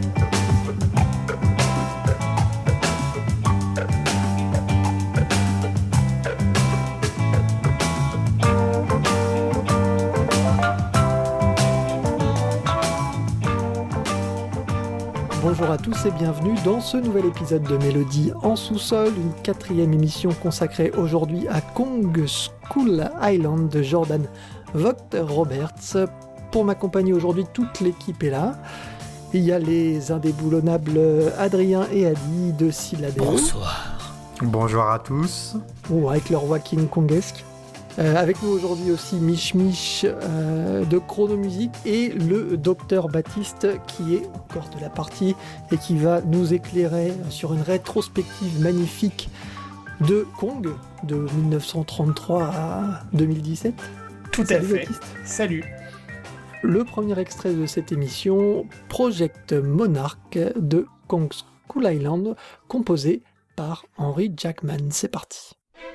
Bonjour à tous et bienvenue dans ce nouvel épisode de Mélodie en sous-sol, une 4e émission consacrée aujourd'hui à Kong Skull Island de Jordan Vogt-Roberts. Pour m'accompagner aujourd'hui, toute l'équipe est là. Il y a les indéboulonnables Adrien et Adi de Syllabéo. Bonsoir. Bonjour à tous. Ou avec leur voix King Kongesque. Avec nous aujourd'hui aussi Mich de Chronomusique et le docteur Baptiste qui est encore de la partie et qui va nous éclairer sur une rétrospective magnifique de Kong de 1933 à 2017. Tout à fait. Baptiste. Salut. Le premier extrait de cette émission, Project Monarch de Kong Skull Island, composé par Henry Jackman. C'est parti.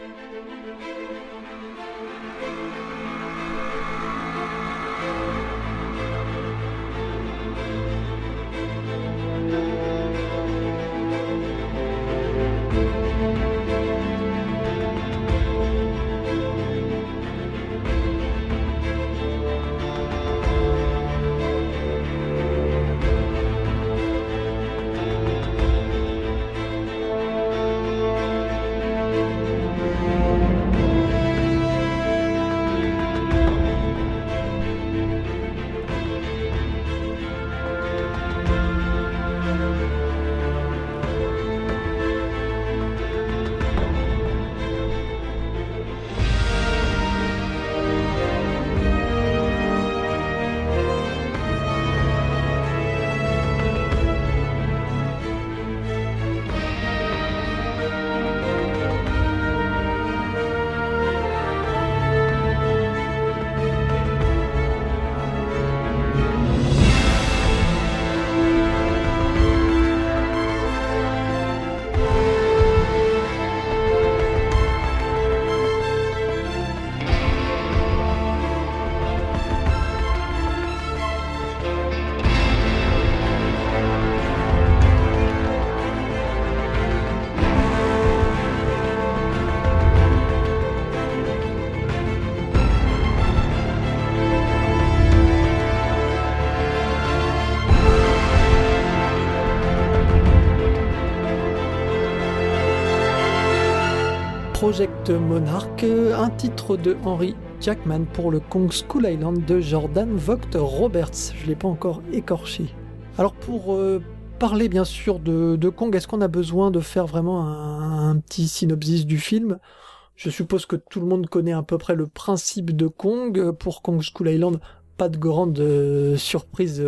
Project Monarch, un titre de Henry Jackman pour le Kong Skull Island de Jordan Vogt-Roberts. Je ne l'ai pas encore écorché. Alors pour parler bien sûr de Kong, est-ce qu'on a besoin de faire vraiment un petit synopsis du film ? Je suppose que tout le monde connaît à peu près le principe de Kong. Pour Kong Skull Island, pas de grande surprise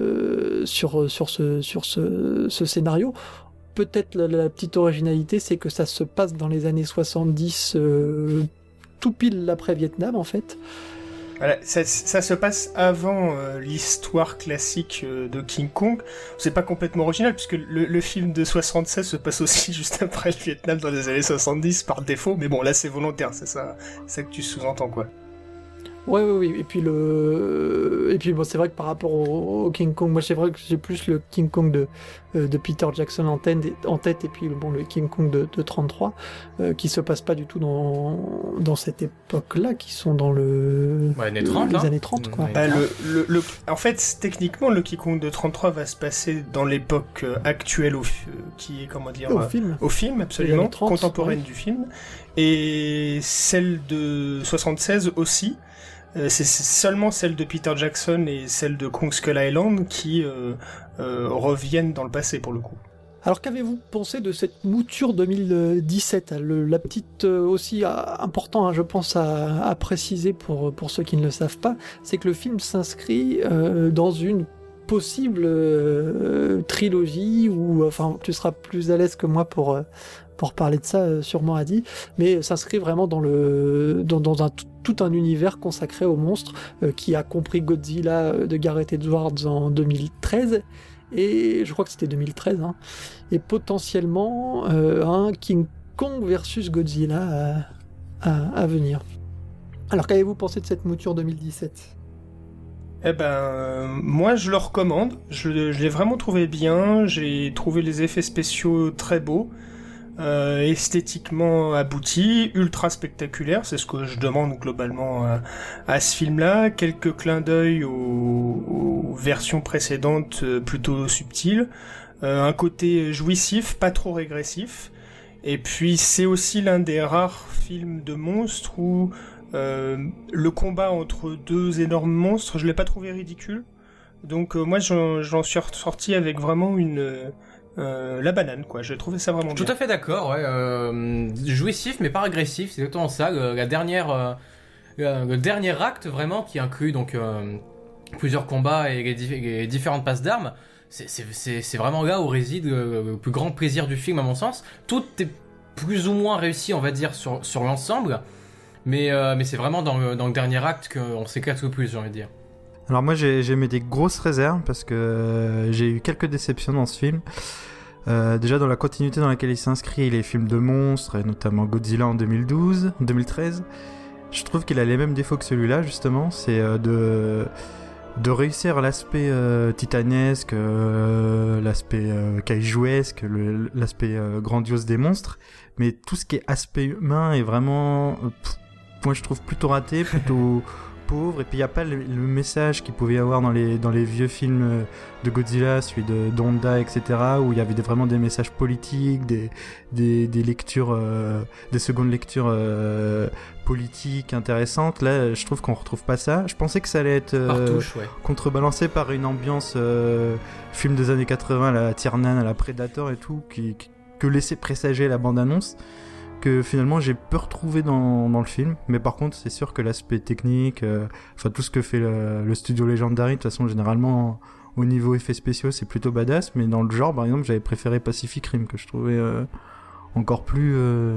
sur ce scénario. Peut-être la petite originalité, c'est que ça se passe dans les années 70, tout pile l'après-Vietnam en fait. Voilà, ça se passe avant l'histoire classique de King Kong. C'est pas complètement original, puisque le film de 76 se passe aussi juste après le Vietnam dans les années 70 par défaut, mais bon, là c'est volontaire, c'est ça que tu sous-entends quoi. Ouais. Et puis bon, c'est vrai que par rapport au King Kong, moi c'est vrai que j'ai plus le King Kong de Peter Jackson en tête et puis le King Kong de 33 qui se passe pas du tout dans cette époque-là, qui sont dans les années 30 quoi. En fait, techniquement, le King Kong de 33 va se passer dans l'époque actuelle qui est au film absolument 30, contemporaine du film, et celle de 76 aussi. C'est seulement celle de Peter Jackson et celle de Kong Skull Island qui reviennent dans le passé pour le coup. Alors qu'avez-vous pensé de cette mouture 2017 ? La petite aussi important, je pense à préciser pour ceux qui ne le savent pas, c'est que le film s'inscrit dans une possible trilogie où, enfin, tu seras plus à l'aise que moi pour parler de ça, sûrement Adi, mais s'inscrit vraiment dans tout un univers consacré aux monstres qui a compris Godzilla de Gareth Edwards en 2013, et je crois que c'était 2013, et potentiellement un King Kong versus Godzilla à venir. Alors qu'avez-vous pensé de cette mouture 2017 ? Eh ben, moi je le recommande. Je l'ai vraiment trouvé bien. J'ai trouvé les effets spéciaux très beaux, esthétiquement aboutis, ultra spectaculaires. C'est ce que je demande globalement à ce film-là. Quelques clins d'œil aux versions précédentes, plutôt subtiles. Un côté jouissif, pas trop régressif. Et puis c'est aussi l'un des rares films de monstres où le combat entre deux énormes monstres, je l'ai pas trouvé ridicule. Donc moi j'en suis ressorti avec vraiment la banane, quoi. J'ai trouvé ça vraiment bien. Tout à fait d'accord, ouais. Jouissif mais pas agressif, c'est exactement ça. Le dernier acte vraiment qui inclut donc plusieurs combats et les différentes passes d'armes. C'est vraiment là où réside le plus grand plaisir du film à mon sens. Tout est plus ou moins réussi, on va dire, sur l'ensemble. Mais c'est vraiment dans le dernier acte qu'on s'éclate le plus, j'ai envie de dire. Alors moi j'ai mis des grosses réserves parce que j'ai eu quelques déceptions dans ce film. Déjà dans la continuité dans laquelle il s'inscrit, les films de monstres, et notamment Godzilla en 2013, je trouve qu'il a les mêmes défauts que celui-là justement, c'est de réussir l'aspect titanesque, l'aspect kaijouesque, l'aspect grandiose des monstres, mais tout ce qui est aspect humain est vraiment, moi je trouve plutôt raté, plutôt pauvre, et puis il n'y a pas le message qu'il pouvait y avoir dans les vieux films de Godzilla, celui de Honda, etc., où il y avait vraiment des messages politiques, des lectures, des secondes lectures politiques intéressantes. Là, je trouve qu'on retrouve pas ça. Je pensais que ça allait être contrebalancé par une ambiance film des années 80, à la Tiernan, à la Predator et tout, que laissait présager la bande-annonce, que finalement j'ai peu retrouvé dans le film. Mais par contre c'est sûr que l'aspect technique, tout ce que fait le studio Legendary, de toute façon généralement au niveau effets spéciaux c'est plutôt badass. Mais dans le genre par exemple j'avais préféré Pacific Rim, que je trouvais encore plus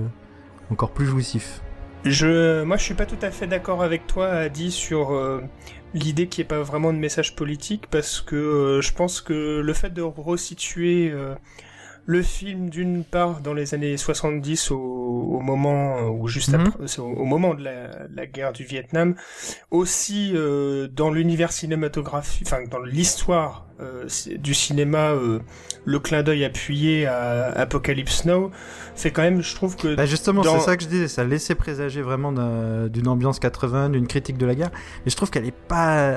jouissif. Moi je suis pas tout à fait d'accord avec toi, Adi, sur l'idée qu'il n'y ait pas vraiment de message politique, parce que je pense que le fait de resituer le film, d'une part, dans les années 70, au moment ou juste après, au moment de la guerre du Vietnam, aussi dans l'univers cinématographique, enfin dans l'histoire du cinéma, le clin d'œil appuyé à Apocalypse Now fait quand même, je trouve que justement c'est ça que je disais, ça laissait présager vraiment d'une ambiance 80, d'une critique de la guerre, mais je trouve qu'elle est pas,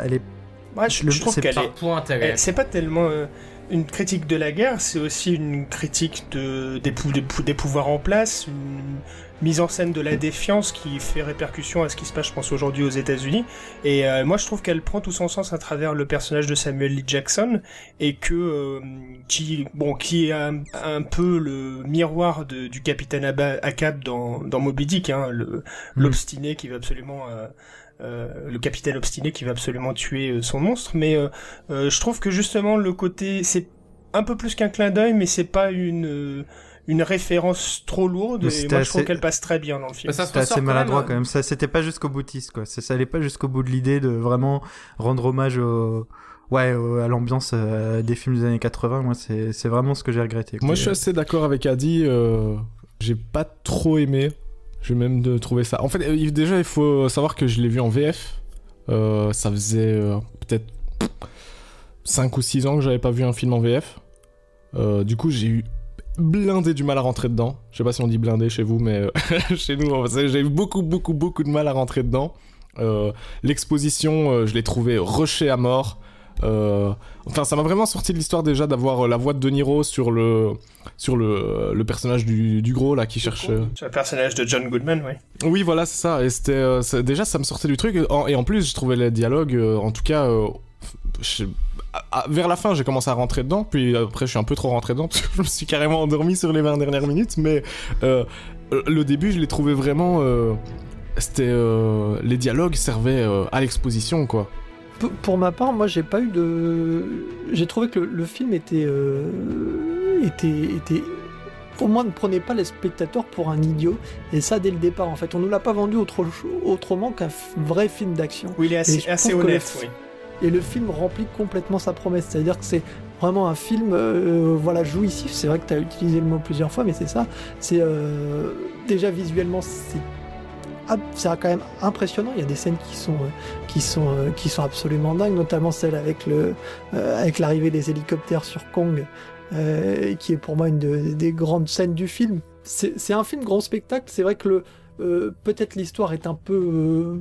je trouve qu'elle est, c'est pas tellement une critique de la guerre, c'est aussi une critique des pouvoirs en place, une mise en scène de la défiance qui fait répercussion à ce qui se passe, je pense, aujourd'hui aux États-Unis. Et moi, je trouve qu'elle prend tout son sens à travers le personnage de Samuel L. Jackson, et que qui est un peu le miroir du capitaine Ahab dans Moby Dick, hein, l'obstiné qui va absolument le capitaine obstiné qui va absolument tuer son monstre. Mais je trouve que justement le côté, c'est un peu plus qu'un clin d'œil, mais c'est pas une référence trop lourde, et moi je trouve qu'elle passe très bien dans le film. C'était assez maladroit quand même, ça c'était pas jusqu'au boutiste, quoi. Ça allait pas jusqu'au bout de l'idée de vraiment rendre hommage à l'ambiance des films des années 80. Moi c'est vraiment ce que j'ai regretté. Moi je suis assez d'accord avec Adi, j'ai pas trop aimé. J'ai même trouvé ça. En fait, déjà, il faut savoir que je l'ai vu en VF. Ça faisait peut-être 5 ou 6 ans que j'avais pas vu un film en VF. Du coup, j'ai eu blindé du mal à rentrer dedans. Je sais pas si on dit blindé chez vous, mais chez nous, j'ai eu beaucoup de mal à rentrer dedans. L'exposition, je l'ai trouvé rushée à mort. Ça m'a vraiment sorti de l'histoire déjà d'avoir la voix de De Niro sur le personnage du gros là qui cherche. Sur le personnage de John Goodman, oui. Oui, voilà, c'est ça. Et déjà ça me sortait du truc. Et en plus, je trouvais les dialogues, en tout cas, vers la fin, j'ai commencé à rentrer dedans. Puis après, je suis un peu trop rentré dedans parce que je me suis carrément endormi sur les 20 dernières minutes. Mais le début, je l'ai trouvé vraiment. Les dialogues servaient à l'exposition, quoi. Pour ma part, moi j'ai pas eu j'ai trouvé que le film était au moins ne prenait pas les spectateurs pour un idiot, et ça dès le départ en fait. On nous l'a pas vendu autrement qu'un vrai film d'action. Oui, il est assez honnête, oui. Et le film remplit complètement sa promesse, c'est-à-dire que c'est vraiment un film jouissif. C'est vrai que tu as utilisé le mot plusieurs fois, mais c'est ça. C'est déjà visuellement c'est c'est quand même impressionnant. Il y a des scènes qui sont absolument dingues, notamment celle avec l'arrivée des hélicoptères sur Kong, qui est pour moi une des grandes scènes du film. C'est un film grand spectacle. C'est vrai que peut-être l'histoire est un peu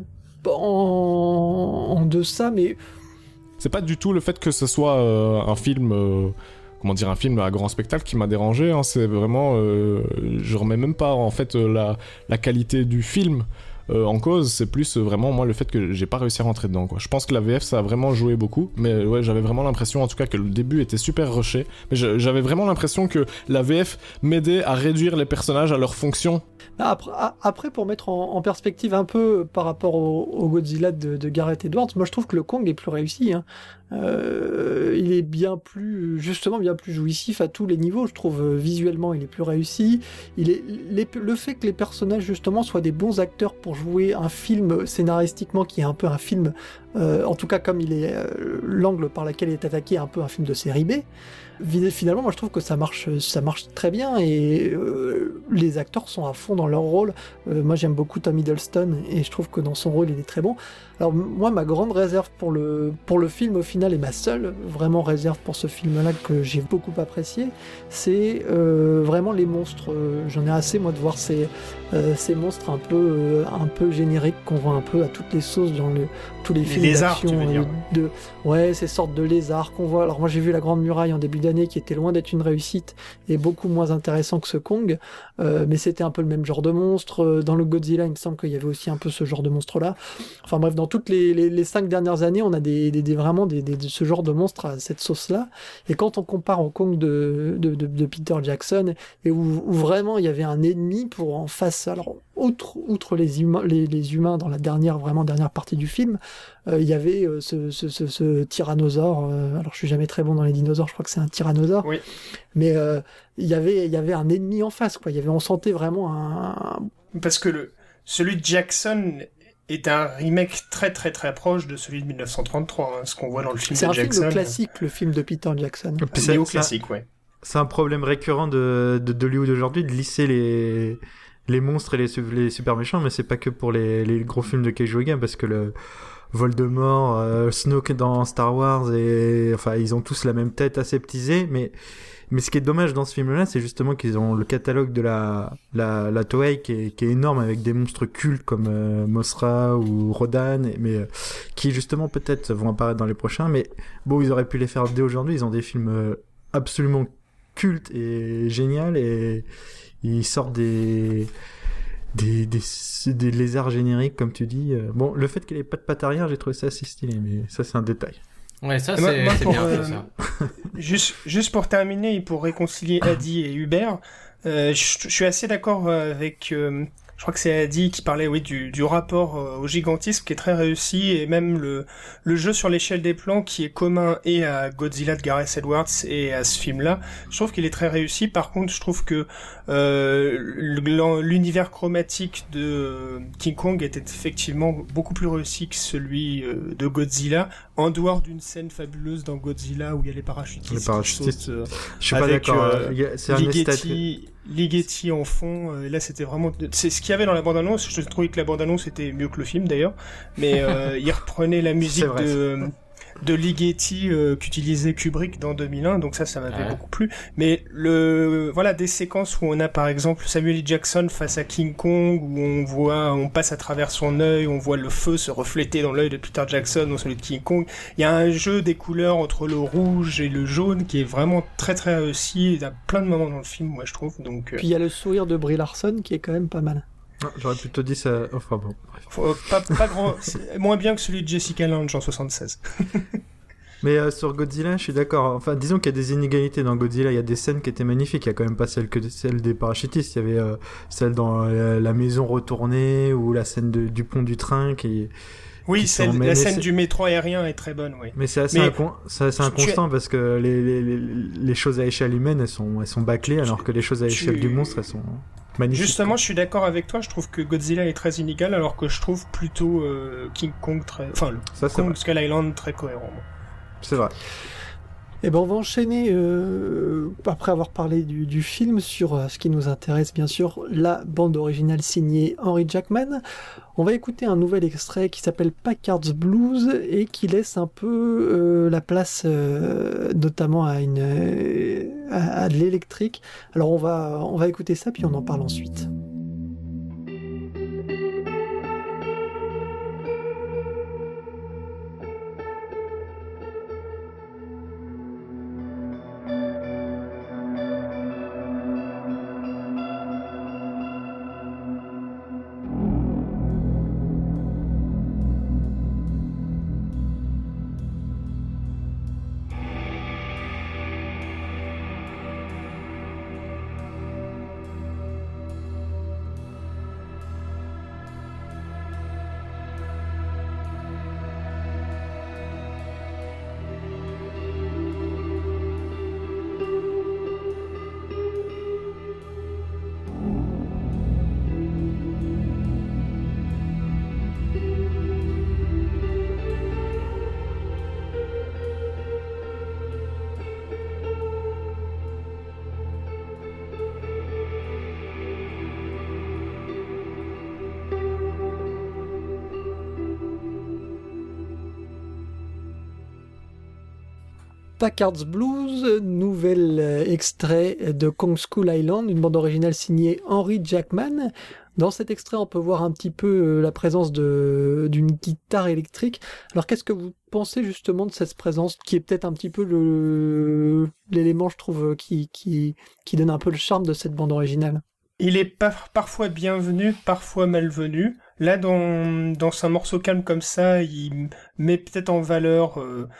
en deçà, mais c'est pas du tout le fait que ce soit un film. Un film à grand spectacle qui m'a dérangé, hein. C'est vraiment je remets même pas en fait la qualité du film en cause, c'est plus vraiment moi le fait que j'ai pas réussi à rentrer dedans, quoi. Je pense que la VF ça a vraiment joué beaucoup, mais ouais, j'avais vraiment l'impression en tout cas que le début était super rushé, mais j'avais vraiment l'impression que la VF m'aidait à réduire les personnages à leur fonction. Après, pour mettre en perspective un peu par rapport au Godzilla de Gareth Edwards, moi je trouve que le Kong est plus réussi, hein. Il est bien plus jouissif à tous les niveaux. Je trouve visuellement il est plus réussi. Le fait que les personnages justement soient des bons acteurs pour jouer un film scénaristiquement qui est un peu un film, en tout cas comme il est l'angle par lequel il est attaqué, un peu un film de série B. Finalement, moi je trouve que ça marche très bien et les acteurs sont à fond dans leur rôle. Moi j'aime beaucoup Tom Hiddleston et je trouve que dans son rôle il est très bon. Alors moi ma grande réserve pour le film au final et ma seule vraiment réserve pour ce film-là que j'ai beaucoup apprécié, c'est vraiment les monstres. J'en ai assez moi de voir ces monstres un peu génériques qu'on voit un peu à toutes les sauces dans tous les films d'action. Les lézards, tu veux dire. Ces sortes de lézards qu'on voit. Alors moi j'ai vu La Grande Muraille en début d'année qui était loin d'être une réussite et beaucoup moins intéressant que ce Kong, mais c'était un peu le même genre de monstre. Dans le Godzilla il me semble qu'il y avait aussi un peu ce genre de monstre là. Enfin bref, dans toutes les 5 dernières années on a vraiment ce genre de monstre à cette sauce là, et quand on compare au Kong de Peter Jackson et où vraiment il y avait un ennemi pour en face, alors outre les humains dans la dernière partie du film, il y avait ce tyrannosaure, alors je suis jamais très bon dans les dinosaures, je crois que c'est un tyrannosaure, oui. Mais il y avait un ennemi en face, quoi. On sentait vraiment parce que celui de Jackson est un remake très très très proche de celui de 1933, hein, ce qu'on voit dans le film de Jackson. C'est un film classique, le film de Peter Jackson. C'est néo-classique, ouais. C'est un problème récurrent de Hollywood aujourd'hui, de lisser les monstres et les super méchants, mais c'est pas que pour les gros films de Keiji Uega, parce que le Voldemort, Snoke dans Star Wars, ils ont tous la même tête aseptisée, mais ce qui est dommage dans ce film-là, c'est justement qu'ils ont le catalogue de la Toei qui est énorme, avec des monstres cultes comme Mothra ou Rodan, mais qui justement peut-être vont apparaître dans les prochains, mais bon, ils auraient pu les faire dès aujourd'hui. Ils ont des films absolument cultes et géniaux, et ils sortent des lézards génériques, comme tu dis. Bon, le fait qu'il ait pas de pattes arrière, j'ai trouvé ça assez stylé, mais ça c'est un détail. Ouais, ça c'est bien fait, ça. Juste pour terminer et pour réconcilier Adi et Hubert, je suis assez d'accord avec... je crois que c'est Adi qui parlait du rapport au gigantisme qui est très réussi, et même le jeu sur l'échelle des plans qui est commun et à Godzilla de Gareth Edwards et à ce film-là. Je trouve qu'il est très réussi. Par contre, je trouve que l'univers chromatique de King Kong était effectivement beaucoup plus réussi que celui de Godzilla, en dehors d'une scène fabuleuse dans Godzilla où il y a les parachutistes. Je suis pas d'accord. C'est un Ligeti en fond, et là c'était vraiment... C'est ce qu'il y avait dans la bande-annonce. Je trouvais que la bande-annonce était mieux que le film d'ailleurs, mais il reprenait la musique de Ligeti qu'utilisait Kubrick dans 2001, donc ça m'avait beaucoup plu. Mais des séquences où on a par exemple Samuel L. Jackson face à King Kong, où on passe à travers son œil, on voit le feu se refléter dans l'œil de Peter Jackson ou celui de King Kong. Il y a un jeu des couleurs entre le rouge et le jaune qui est vraiment très très réussi. Il y a plein de moments dans le film, moi je trouve. Donc puis il y a le sourire de Brie Larson qui est quand même pas mal. J'aurais plutôt dit ça. Enfin bon. Pas grand. Moins bien que celui de Jessica Lange en 76. Mais sur Godzilla, je suis d'accord. Enfin, disons qu'il y a des inégalités dans Godzilla. Il y a des scènes qui étaient magnifiques. Il y a quand même pas celle des parachutistes. Il y avait celle dans la maison retournée, ou la scène du pont du train qui. Oui, la scène du métro aérien est très bonne, oui. Mais c'est assez inconstant parce que les choses à échelle humaine, elles sont bâclées, alors que les choses à échelle du monstre, elles sont magnifiques. Justement, je suis d'accord avec toi. Je trouve que Godzilla est très inégal, alors que je trouve plutôt King Kong Skull Island très cohérent. C'est vrai. Eh ben on va enchaîner, après avoir parlé du film, sur ce qui nous intéresse bien sûr, la bande originale signée Henry Jackman. On va écouter un nouvel extrait qui s'appelle Packard's Blues et qui laisse un peu la place notamment à de l'électrique. Alors on va écouter ça puis on en parle ensuite. Packard's Blues, nouvel extrait de Kong School Island, une bande originale signée Henry Jackman. Dans cet extrait, on peut voir un petit peu la présence d'une guitare électrique. Alors, qu'est-ce que vous pensez justement de cette présence, qui est peut-être un petit peu l'élément, je trouve, qui donne un peu le charme de cette bande originale? Il est parfois bienvenu, parfois malvenu. Là, dans un morceau calme comme ça, il met peut-être en valeur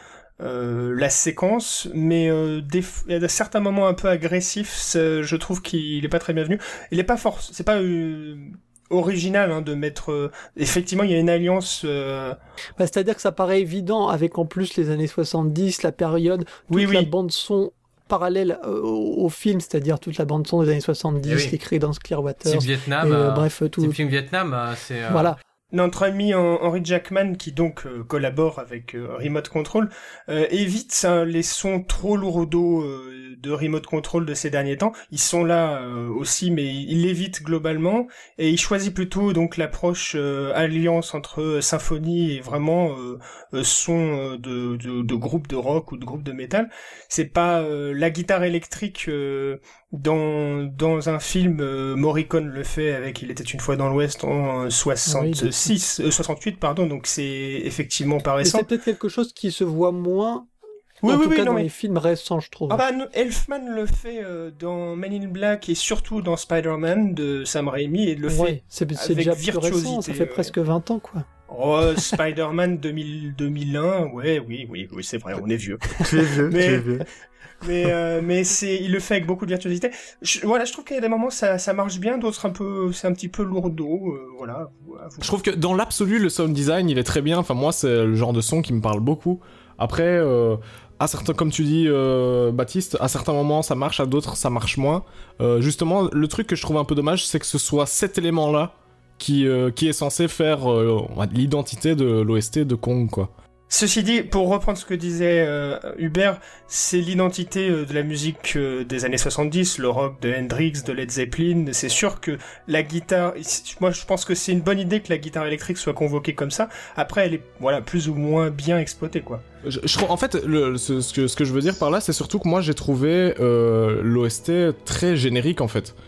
la séquence, mais il y a certains moments un peu agressifs, je trouve qu'il est pas très bienvenu. Il est pas c'est pas original de mettre effectivement il y a une alliance c'est-à-dire que ça paraît évident avec en plus les années 70, la période, toute la bande son parallèle au film, c'est-à-dire toute la bande son des années 70, les Creedence Clearwater, type Vietnam, bref tout. Type film Vietnam, c'est voilà. Notre ami Henry Jackman, qui donc collabore avec Remote Control, évite les sons trop lourdeaux de Remote Control de ces derniers temps. Ils sont là aussi, mais il l'évite globalement, et il choisit plutôt donc l'approche alliance entre symphonie et vraiment son de groupe de rock ou de groupe de métal. C'est pas la guitare électrique dans un film, Morricone le fait avec Il était une fois dans l'Ouest en 68, pardon, donc c'est effectivement pas récent. Mais c'est peut-être quelque chose qui se voit moins, en tout cas dans les films récents, je trouve. Elfman le fait dans Men in Black et surtout dans Spider-Man de Sam Raimi, et le fait c'est avec déjà virtuosité. Plus récent, ça fait presque 20 ans, quoi. Oh, Spider-Man 2001, oui, c'est vrai, on est vieux. Tu es vieux, tu es vieux. Mais il le fait avec beaucoup de virtuosité. Je trouve qu'il y a des moments ça marche bien, d'autres c'est un petit peu lourdeau, voilà. Je trouve que dans l'absolu le sound design il est très bien. Enfin moi c'est le genre de son qui me parle beaucoup. Après à certains, comme tu dis Baptiste, à certains moments ça marche, à d'autres ça marche moins. Justement le truc que je trouve un peu dommage, c'est que ce soit cet élément là qui est censé faire l'identité de l'OST de Kong, quoi. Ceci dit, pour reprendre ce que disait Hubert, c'est l'identité de la musique des années 70, le rock de Hendrix, de Led Zeppelin. C'est sûr que la guitare, moi je pense que c'est une bonne idée que la guitare électrique soit convoquée comme ça. Après, elle est plus ou moins bien exploitée, quoi. En fait, ce que je veux dire par là, c'est surtout que moi j'ai trouvé l'OST très générique, en fait.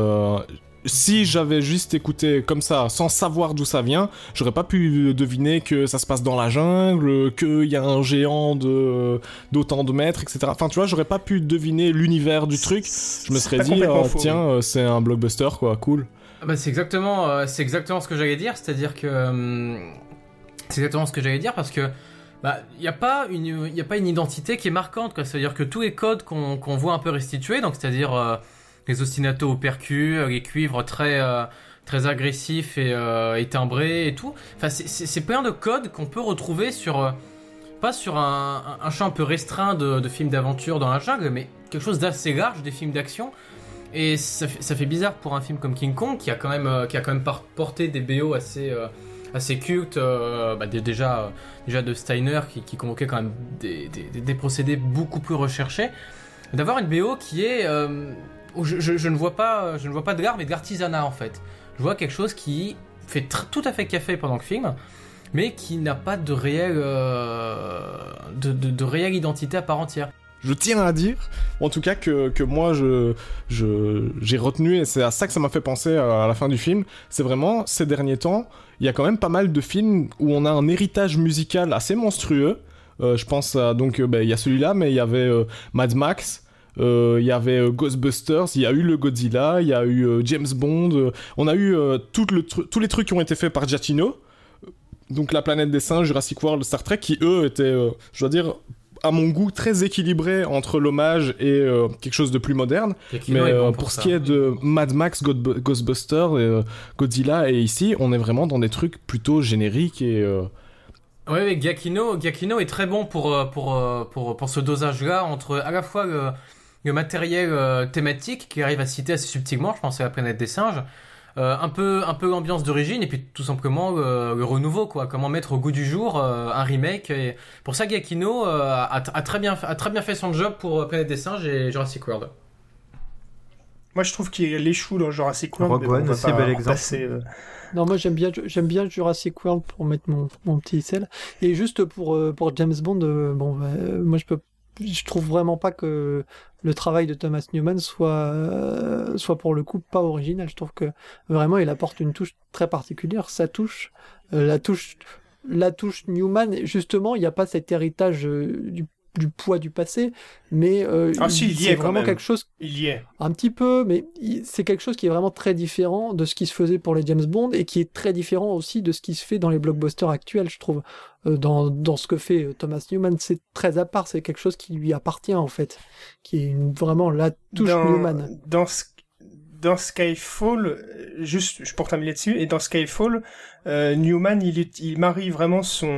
Si j'avais juste écouté comme ça, sans savoir d'où ça vient, j'aurais pas pu deviner que ça se passe dans la jungle, qu'il y a un géant d'autant de mètres, etc. Enfin, tu vois, j'aurais pas pu deviner l'univers du truc. Je me serais dit, tiens, c'est un blockbuster, quoi, cool. C'est exactement ce que j'allais dire, c'est-à-dire que... c'est exactement ce que j'allais dire, parce que y a pas une identité qui est marquante, quoi. C'est-à-dire que tous les codes qu'on voit un peu restitués, donc c'est-à-dire... les ostinatos au percu, les cuivres très agressifs et timbrés et tout. Enfin, c'est plein de codes qu'on peut retrouver pas sur un champ un peu restreint de films d'aventure dans la jungle, mais quelque chose d'assez large, des films d'action. Et ça fait bizarre pour un film comme King Kong qui a quand même porté des BO assez culte, déjà de Steiner qui convoquait quand même des procédés beaucoup plus recherchés, d'avoir une BO qui est où je ne vois pas de l'art mais de l'artisanat en fait. Je vois quelque chose qui fait tout à fait café pendant le film, mais qui n'a pas de réelle de réelle identité à part entière. Je tiens à dire, en tout cas, que moi, j'ai retenu, et c'est à ça que ça m'a fait penser à la fin du film, c'est vraiment, ces derniers temps, il y a quand même pas mal de films où on a un héritage musical assez monstrueux. Je pense à, donc, il y a celui-là, mais il y avait Mad Max, il y avait Ghostbusters, il y a eu le Godzilla, il y a eu James Bond, on a eu tous les trucs qui ont été faits par Giacchino, donc La Planète des Singes, Jurassic World, Star Trek, qui eux étaient, je dois dire, à mon goût, très équilibré entre l'hommage et quelque chose de plus moderne. Mais pour ce qui est de Mad Max, Ghostbusters, Godzilla, et ici, on est vraiment dans des trucs plutôt génériques et... Ouais, Giacchino est très bon pour ce dosage-là entre à la fois le matériel thématique qui arrive à citer assez subtilement, je pense à La Planète des Singes, un peu l'ambiance d'origine et puis tout simplement le renouveau quoi, comment mettre au goût du jour un remake. Et pour ça Giacchino a très bien fait son job pour Planète des Singes et Jurassic World. Moi je trouve qu'il échoue dans Jurassic World. Rogue One aussi, bel exemple. Non, moi j'aime bien Jurassic World pour mettre mon petit sel. Et juste pour James Bond, moi je trouve vraiment pas que le travail de Thomas Newman soit pour le coup pas original. Je trouve que vraiment il apporte une touche très particulière. Sa touche, la touche Newman, justement, il n'y a pas cet héritage du poids du passé, mais c'est vraiment quelque chose. Il y est. Un petit peu, mais c'est quelque chose qui est vraiment très différent de ce qui se faisait pour les James Bond et qui est très différent aussi de ce qui se fait dans les blockbusters actuels, je trouve. Dans ce que fait Thomas Newman, c'est très à part, c'est quelque chose qui lui appartient en fait, qui est vraiment la touche Newman. Dans Skyfall, juste pour terminer là-dessus, et dans Skyfall, Newman, il marie vraiment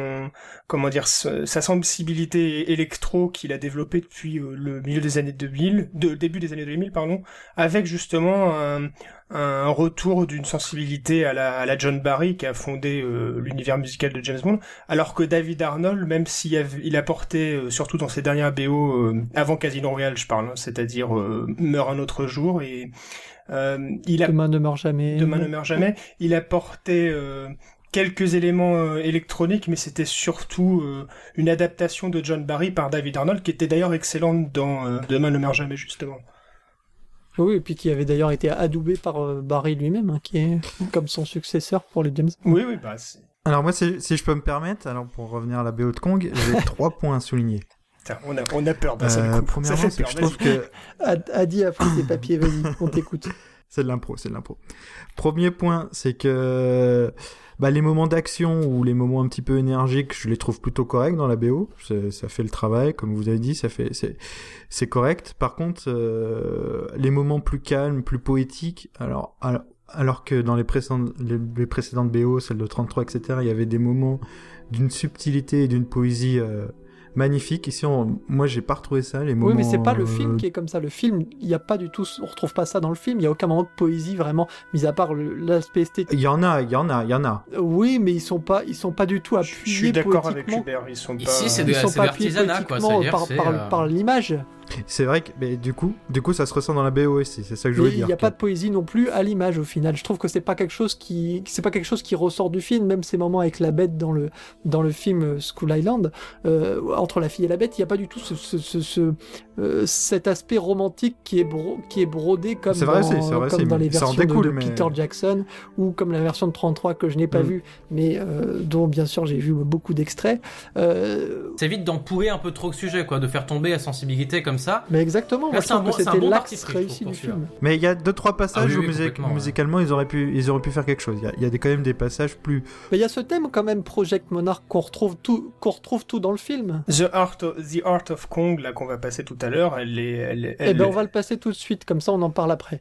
sa sensibilité électro qu'il a développée depuis le milieu des années 2000, début des années 2000, pardon, avec justement un retour d'une sensibilité à la John Barry qui a fondé l'univers musical de James Bond, alors que David Arnold, même il apportait, surtout dans ses dernières BO, avant Casino Royale, je parle, hein, c'est-à-dire Meurt un autre jour et Demain ne meurt jamais. Il apportait quelques éléments électroniques, mais c'était surtout une adaptation de John Barry par David Arnold, qui était d'ailleurs excellente dans Demain ne meurt jamais, justement. Oui, et puis qui avait d'ailleurs été adoubé par Barry lui-même, hein, qui est comme son successeur pour les James Bond. Oui, c'est... Alors moi, si je peux me permettre, pour revenir à la BO de Kong, j'ai 3 points à souligner. On a peur d'un seul coup. Premièrement, c'est que je trouve que... Adi a pris ses papiers, vas-y, on t'écoute. C'est de l'impro. Premier point, c'est que les moments d'action ou les moments un petit peu énergiques, je les trouve plutôt corrects dans la BO. Ça fait le travail, comme vous avez dit, c'est correct. Par contre, les moments plus calmes, plus poétiques, alors que dans les précédentes BO, celles de 33, etc., il y avait des moments d'une subtilité et d'une poésie magnifique. Ici, moi, j'ai pas retrouvé ça, les moments... Oui, mais c'est pas le film qui est comme ça. Le film, il y a pas du tout... On retrouve pas ça dans le film. Il y a aucun moment de poésie, vraiment, mis à part l'aspect esthétique. Il y en a. Oui, mais ils sont pas du tout appuyés. Je suis d'accord avec Hubert. Ils sont pas... Ici, c'est de l'artisanat, quoi. Par l'image. C'est vrai que du coup, ça se ressent dans la BO aussi. C'est ça que je veux dire. Il n'y a pas de poésie non plus à l'image, au final. Je trouve que c'est pas quelque chose qui ressort du film. Même ces moments avec la bête dans le film Skull Island, entre la fille et la bête, il n'y a pas du tout cet aspect romantique qui est brodé comme dans les versions de Peter Jackson ou comme la version de 33 que je n'ai pas vue, mais dont bien sûr j'ai vu beaucoup d'extraits. Ça évite d'empouler un peu trop le sujet, quoi, de faire tomber la sensibilité comme ça. Mais exactement, moi je trouve que c'était l'axe réussi du film. Mais il y a 2-3 passages où musicalement ils auraient pu faire quelque chose. Il y a quand même des passages plus... Mais il y a ce thème quand même, Project Monarch, qu'on retrouve tout dans le film. The Art of Kong, là qu'on va passer tout à l'heure, on va le passer tout de suite, comme ça on en parle après.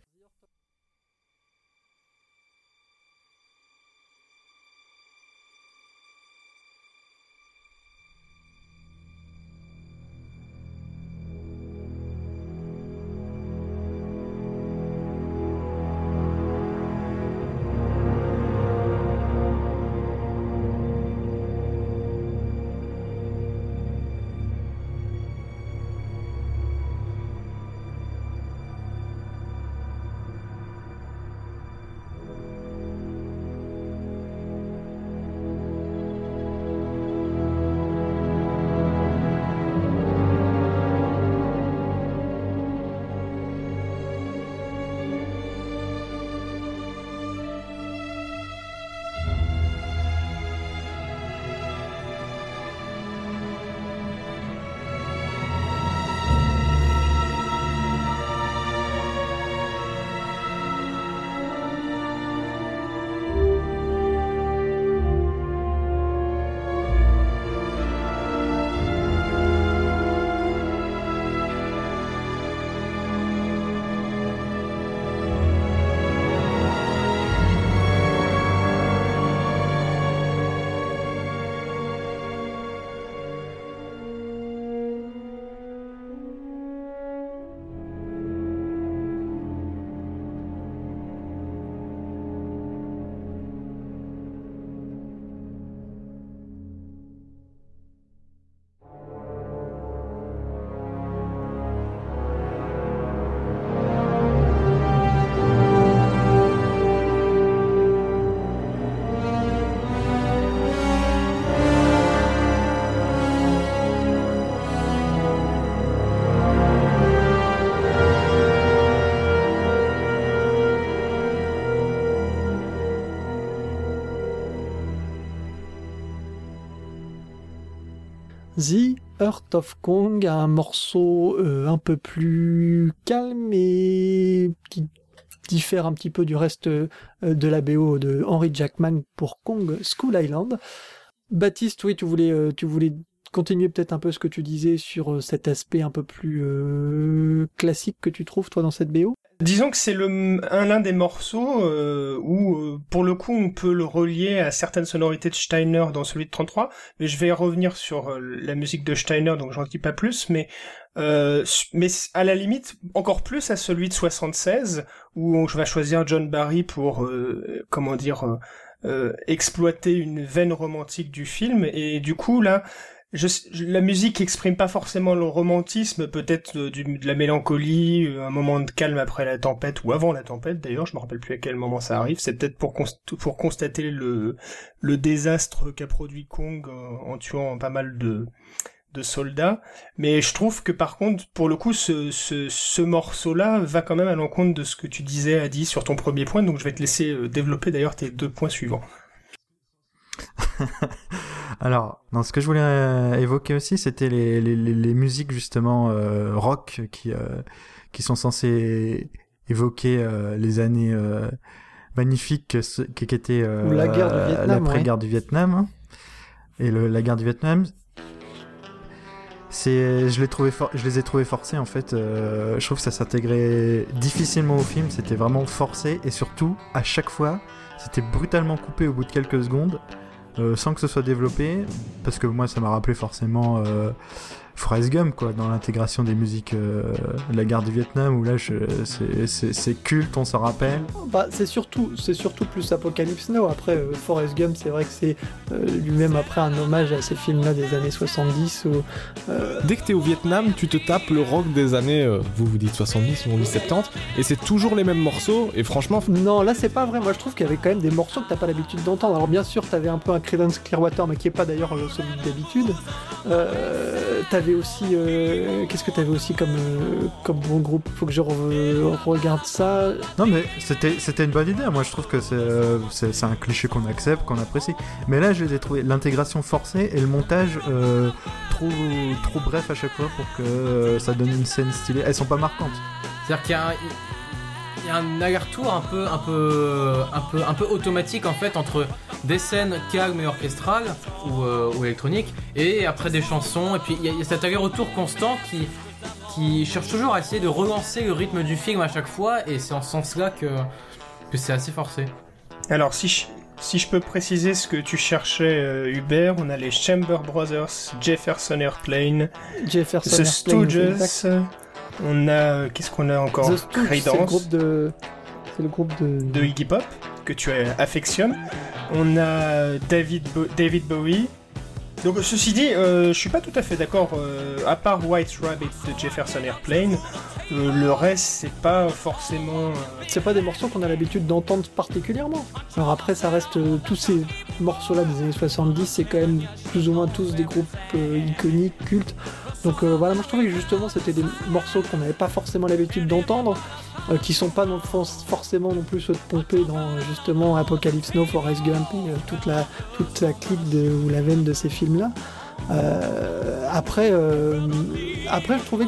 The Heart of Kong, un morceau un peu plus calme et qui diffère un petit peu du reste de la BO de Henry Jackman pour Kong Skull Island. Baptiste, oui, tu voulais continuer peut-être un peu ce que tu disais sur cet aspect un peu plus classique que tu trouves toi dans cette BO. Disons que c'est l'un des morceaux où, pour le coup, on peut le relier à certaines sonorités de Steiner dans celui de 33, mais je vais revenir sur la musique de Steiner, donc j'en dis pas plus, mais à la limite, encore plus à celui de 76, où je vais choisir John Barry pour, exploiter une veine romantique du film, et du coup, là, la musique exprime pas forcément le romantisme, peut-être de la mélancolie, un moment de calme après la tempête, ou avant la tempête d'ailleurs, je me rappelle plus à quel moment ça arrive, c'est peut-être pour constater le désastre qu'a produit Kong en tuant pas mal de soldats, mais je trouve que par contre, pour le coup, ce morceau-là va quand même à l'encontre de ce que tu disais, Adi, sur ton premier point, donc je vais te laisser développer d'ailleurs tes 2 points suivants. Alors, ce que je voulais évoquer aussi, c'était les musiques justement rock qui sont censées évoquer les années magnifiques qui étaient la guerre du Vietnam, l'après-guerre du Vietnam et la guerre du Vietnam. Je les ai trouvés forcés en fait. Je trouve que ça s'intégrait difficilement au film. C'était vraiment forcé et surtout à chaque fois, c'était brutalement coupé au bout de quelques secondes. Sans que ce soit développé, parce que moi ça m'a rappelé forcément Forrest Gump, quoi, dans l'intégration des musiques de la guerre du Vietnam, où là c'est culte, on s'en rappelle. Bah, c'est surtout plus Apocalypse Now. Après Forrest Gump, c'est vrai que c'est lui-même après un hommage à ces films-là des années 70 où, Dès que t'es au Vietnam, tu te tapes le rock des années vous dites 70, on dit 70, et c'est toujours les mêmes morceaux, et franchement... Non, là c'est pas vrai, moi je trouve qu'il y avait quand même des morceaux que t'as pas l'habitude d'entendre. Alors bien sûr, t'avais un peu un Creedence Clearwater, mais qui est pas d'ailleurs celui d'habitude. T'avais aussi... qu'est-ce que t'avais aussi comme bon groupe? Faut que je regarde ça. Non mais c'était une bonne idée, moi je trouve que c'est un cliché qu'on accepte, qu'on apprécie. Mais là je les ai trouvés, l'intégration forcée et le montage trop bref à chaque fois pour que ça donne une scène stylée. Elles sont pas marquantes. C'est-à-dire qu'il y a un aller-retour un peu automatique en fait entre des scènes calmes et orchestrales ou électroniques et après des chansons, et puis il y a cet aller-retour constant qui cherche toujours à essayer de relancer le rythme du film à chaque fois, et c'est en ce sens-là que c'est assez forcé. Alors si je peux préciser ce que tu cherchais, Hubert, on a les Chamber Brothers, Jefferson Airplane, The Stooges, on a... Qu'est-ce qu'on a encore? The Stooges, Creedence. C'est le groupe de Iggy Pop, que tu affectionnes. On a David Bowie. Donc ceci dit, je suis pas tout à fait d'accord, à part White Rabbit de Jefferson Airplane, le reste c'est pas forcément... C'est pas des morceaux qu'on a l'habitude d'entendre particulièrement. Alors après ça reste, tous ces morceaux-là des années 70, c'est quand même plus ou moins tous des groupes iconiques, cultes. Donc voilà, moi je trouvais que justement c'était des morceaux qu'on n'avait pas forcément l'habitude d'entendre, qui sont pas forcément non plus pompés dans justement Apocalypse Now, Forrest Gump et toute la clique ou la veine de ces films-là. Après je trouvais que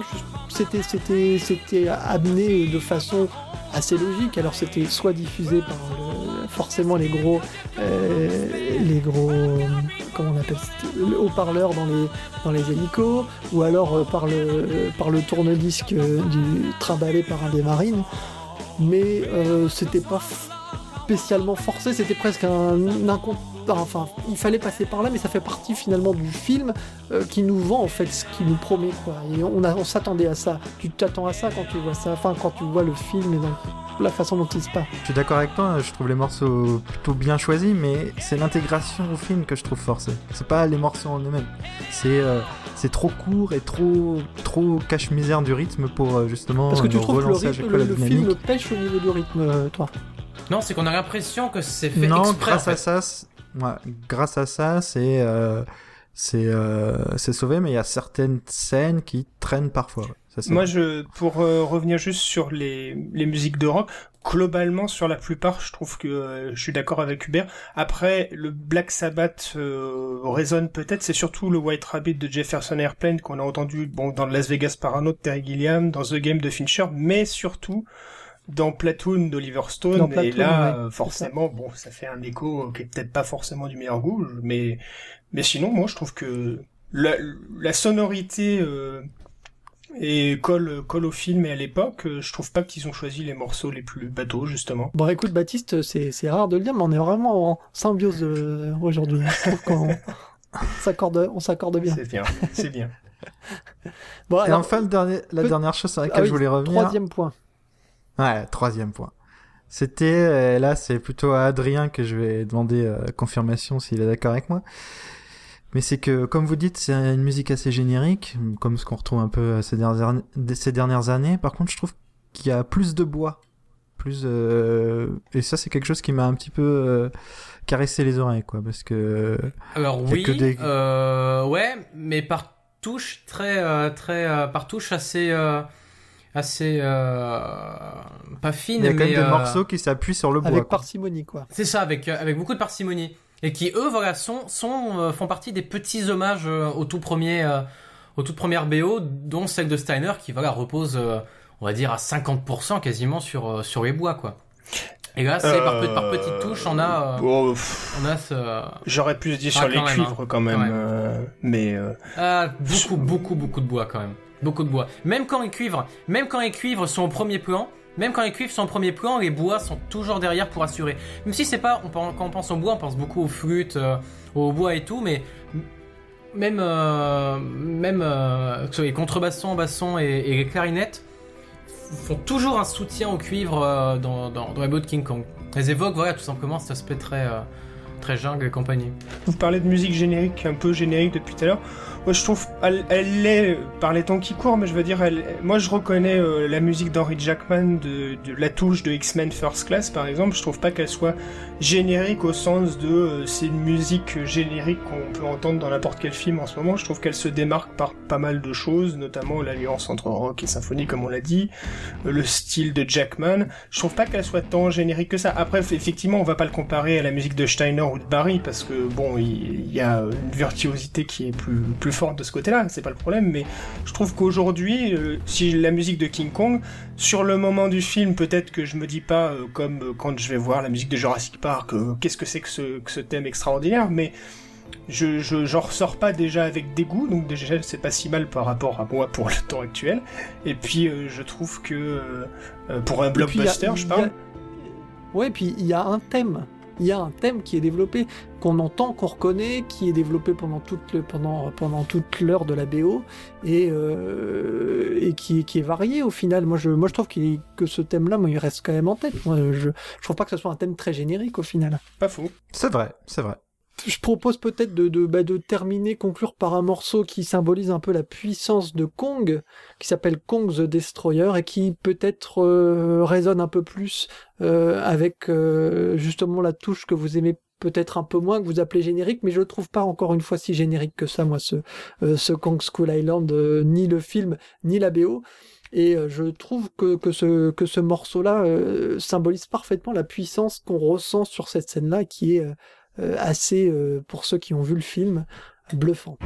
c'était amené de façon assez logique. Alors c'était soit diffusé par forcément les gros comment on appelle ça, le haut-parleur dans les hélicos, ou alors par le tourne-disque trimballé par un des marines, mais c'était pas spécialement forcé, c'était presque enfin, il fallait passer par là, mais ça fait partie finalement du film qui nous vend en fait ce qu'il nous promet, quoi. Et on s'attendait à ça. Tu t'attends à ça quand tu vois ça, enfin quand tu vois le film et dans la façon dont il se passe. Je suis d'accord avec toi, je trouve les morceaux plutôt bien choisis, mais c'est l'intégration au film que je trouve forcée. C'est pas les morceaux en eux-mêmes. C'est trop court et trop cache-misère du rythme pour justement Parce que tu trouves que le film pêche au niveau du rythme, toi? Non, c'est qu'on a l'impression que c'est fait non, exprès. Grâce à ça, c'est sauvé, mais il y a certaines scènes qui traînent parfois. Moi, pour revenir juste sur les musiques de rock, globalement, sur la plupart, je trouve que je suis d'accord avec Hubert. Après, le Black Sabbath résonne peut-être, c'est surtout le White Rabbit de Jefferson Airplane qu'on a entendu dans Las Vegas Parano de Terry Gilliam, dans The Game de Fincher, mais surtout dans Platoon d'Oliver Stone. Et là, forcément, ça fait un écho qui est peut-être pas forcément du meilleur goût, mais sinon, moi, je trouve que la sonorité et colle au film et à l'époque. Je trouve pas qu'ils ont choisi les morceaux les plus bateaux, justement. Bon, écoute, Baptiste, c'est rare de le dire, mais on est vraiment en symbiose aujourd'hui. Je trouve qu'on s'accorde bien. C'est bien. Bon, et alors, enfin, la dernière chose sur laquelle je voulais revenir... Troisième point. Ouais, troisième point. C'était, là, c'est plutôt à Adrien que je vais demander confirmation s'il est d'accord avec moi. Mais c'est que, comme vous dites, c'est une musique assez générique, comme ce qu'on retrouve un peu ces dernières années. Par contre, je trouve qu'il y a plus de bois. Et ça, c'est quelque chose qui m'a un petit peu caressé les oreilles, quoi, parce que... Alors oui, ouais, mais par touche par touche assez pas fine, mais... Il y a quand même des morceaux qui s'appuient sur le bois. Avec parcimonie, quoi. C'est ça, avec beaucoup de parcimonie. Et qui, eux, voilà, font partie des petits hommages aux toutes premières BO, dont celle de Steiner, qui, voilà, repose, on va dire, à 50% quasiment sur les bois, quoi. Et là, c'est par petites touches, on a ce... J'aurais pu se dire sur les cuivres, quand même. Mais... beaucoup de bois, quand même. Beaucoup de bois. Même quand les cuivres sont au premier plan, les bois sont toujours derrière pour assurer. Même si c'est pas, quand on pense au bois, on pense beaucoup aux flûtes, au bois et tout, mais même les contrebassons, bassons et les clarinettes font toujours un soutien au cuivre dans les BO de King Kong. Elles évoquent, voilà, tout simplement cet aspect très jungle et compagnie. Vous parlez de musique générique, un peu générique depuis tout à l'heure. Moi, je trouve, elle l'est par les temps qui courent, mais je veux dire, moi, je reconnais la musique d'Henry Jackman de la touche de X-Men First Class, par exemple. Je trouve pas qu'elle soit générique au sens de c'est une musique générique qu'on peut entendre dans n'importe quel film en ce moment. Je trouve qu'elle se démarque par pas mal de choses, notamment l'alliance entre rock et symphonie, comme on l'a dit, le style de Jackman. Je trouve pas qu'elle soit tant générique que ça. Après, effectivement, on va pas le comparer à la musique de Steiner ou de Barry, parce que bon, il y a une virtuosité qui est plus forte de ce côté-là, c'est pas le problème, mais je trouve qu'aujourd'hui, si la musique de King Kong, sur le moment du film, peut-être que je me dis pas, comme quand je vais voir la musique de Jurassic Park, qu'est-ce que c'est que ce thème extraordinaire, mais j'en ressors pas déjà avec dégoût, donc déjà c'est pas si mal par rapport à moi pour le temps actuel, et puis je trouve que pour un blockbuster, je parle... Ouais, puis il y a un thème. Il y a un thème qui est développé, qu'on entend, qu'on reconnaît, qui est développé pendant toute l'heure de la BO, et qui est varié au final. Moi je trouve que ce thème-là, il reste quand même en tête. Moi, je trouve pas que ce soit un thème très générique au final. Pas faux. C'est vrai. Je propose peut-être de terminer, conclure par un morceau qui symbolise un peu la puissance de Kong, qui s'appelle Kong the Destroyer, et qui peut-être résonne un peu plus avec justement la touche que vous aimez peut-être un peu moins, que vous appelez générique, mais je le trouve pas encore une fois si générique que ça, moi, ce Kong Skull Island, ni le film, ni la BO. Et je trouve que ce morceau-là symbolise parfaitement la puissance qu'on ressent sur cette scène-là, qui est assez, pour ceux qui ont vu le film, bluffante.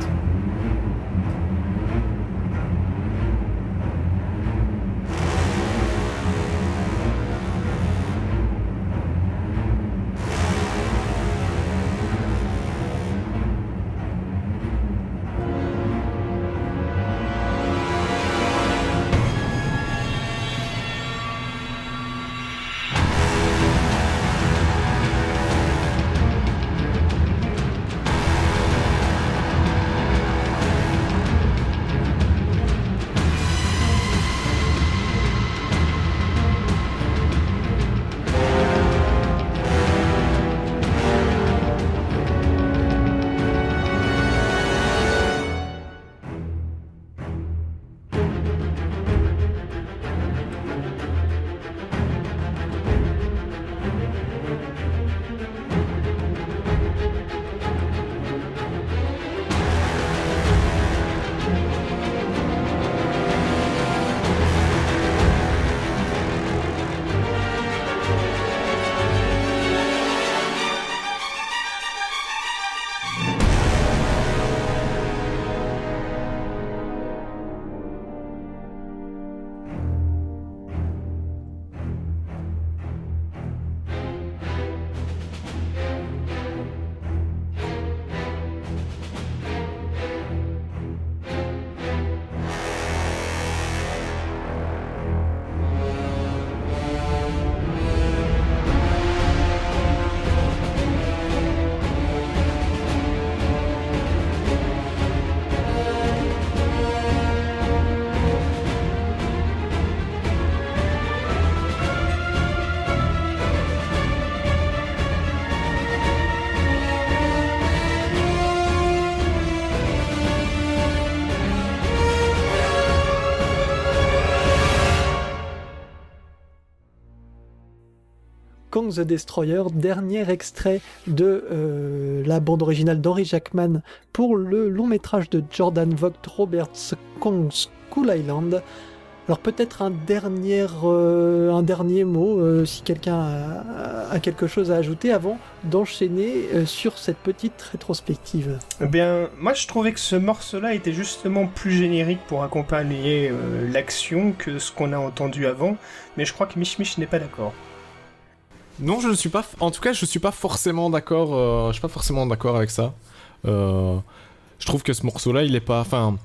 Kong the Destroyer, dernier extrait de la bande originale d'Henry Jackman pour le long métrage de Jordan Vogt Roberts, Kong Skull Island. Alors peut-être un dernier mot, si quelqu'un a quelque chose à ajouter avant d'enchaîner sur cette petite rétrospective. Eh bien, moi je trouvais que ce morceau-là était justement plus générique pour accompagner l'action que ce qu'on a entendu avant, mais je crois que Mich Mich n'est pas d'accord. Non, je ne suis pas. En tout cas, je suis pas forcément d'accord. Je suis pas forcément d'accord avec ça. Je trouve que ce morceau-là, il est pas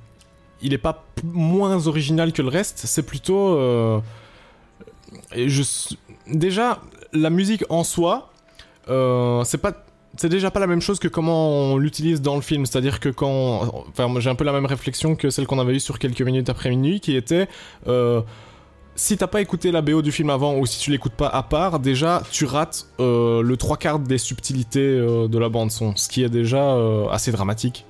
moins original que le reste, c'est plutôt... Déjà, la musique en soi, c'est déjà pas la même chose que comment on l'utilise dans le film, c'est-à-dire que moi, j'ai un peu la même réflexion que celle qu'on avait eue sur Quelques minutes après minuit, qui était... si t'as pas écouté la BO du film avant, ou si tu l'écoutes pas à part, déjà, tu rates le 3/4 des subtilités de la bande-son, ce qui est déjà assez dramatique.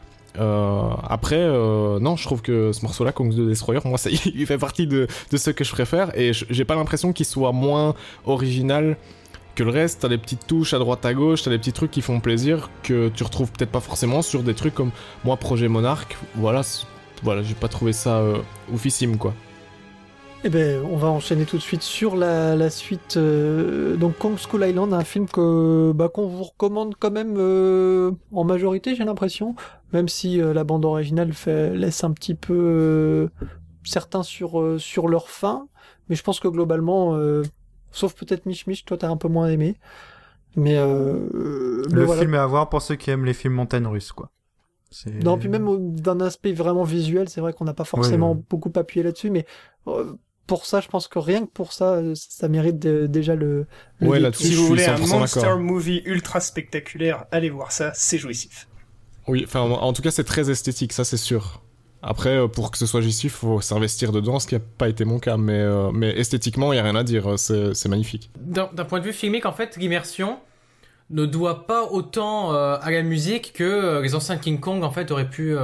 Après, non, je trouve que ce morceau-là, Kong the Destroyer, moi, il fait partie de ceux que je préfère, et j'ai pas l'impression qu'il soit moins original que le reste. T'as des petites touches à droite à gauche, t'as des petits trucs qui font plaisir, que tu retrouves peut-être pas forcément sur des trucs comme, moi, Projet Monarch, voilà, j'ai pas trouvé ça oufissime, quoi. Eh ben, on va enchaîner tout de suite sur la suite. Donc Kong Skull Island, un film qu'on vous recommande quand même en majorité, j'ai l'impression, même si la bande originale laisse un petit peu certains sur leur fin, mais je pense que globalement, sauf peut-être Mich Mich, toi t'as un peu moins aimé, mais voilà. Film est à voir pour ceux qui aiment les films montagnes russes, quoi. Non, puis même d'un aspect vraiment visuel, c'est vrai qu'on n'a pas forcément beaucoup appuyé là-dessus, mais pour ça, je pense que rien que pour ça, ça mérite déjà le ouais, là-dessus, si vous voulez un monster d'accord. movie ultra spectaculaire, allez voir ça, c'est jouissif. Oui, enfin, en tout cas, c'est très esthétique, ça c'est sûr. Après, pour que ce soit jouissif, faut s'investir dedans, ce qui n'a pas été mon cas, mais esthétiquement, il n'y a rien à dire, c'est magnifique. D'un point de vue filmique, en fait, l'immersion ne doit pas autant à la musique que les anciens King Kong, en fait, auraient pu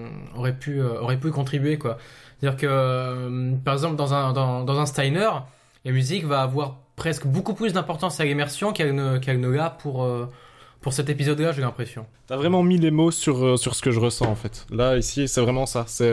y contribuer, quoi. C'est-à-dire que, par exemple, dans un Steiner, la musique va avoir presque beaucoup plus d'importance à l'immersion qu'elle ne l'a pour cet épisode-là, j'ai l'impression. T'as vraiment mis les mots sur ce que je ressens, en fait. Là, ici, c'est vraiment ça. C'est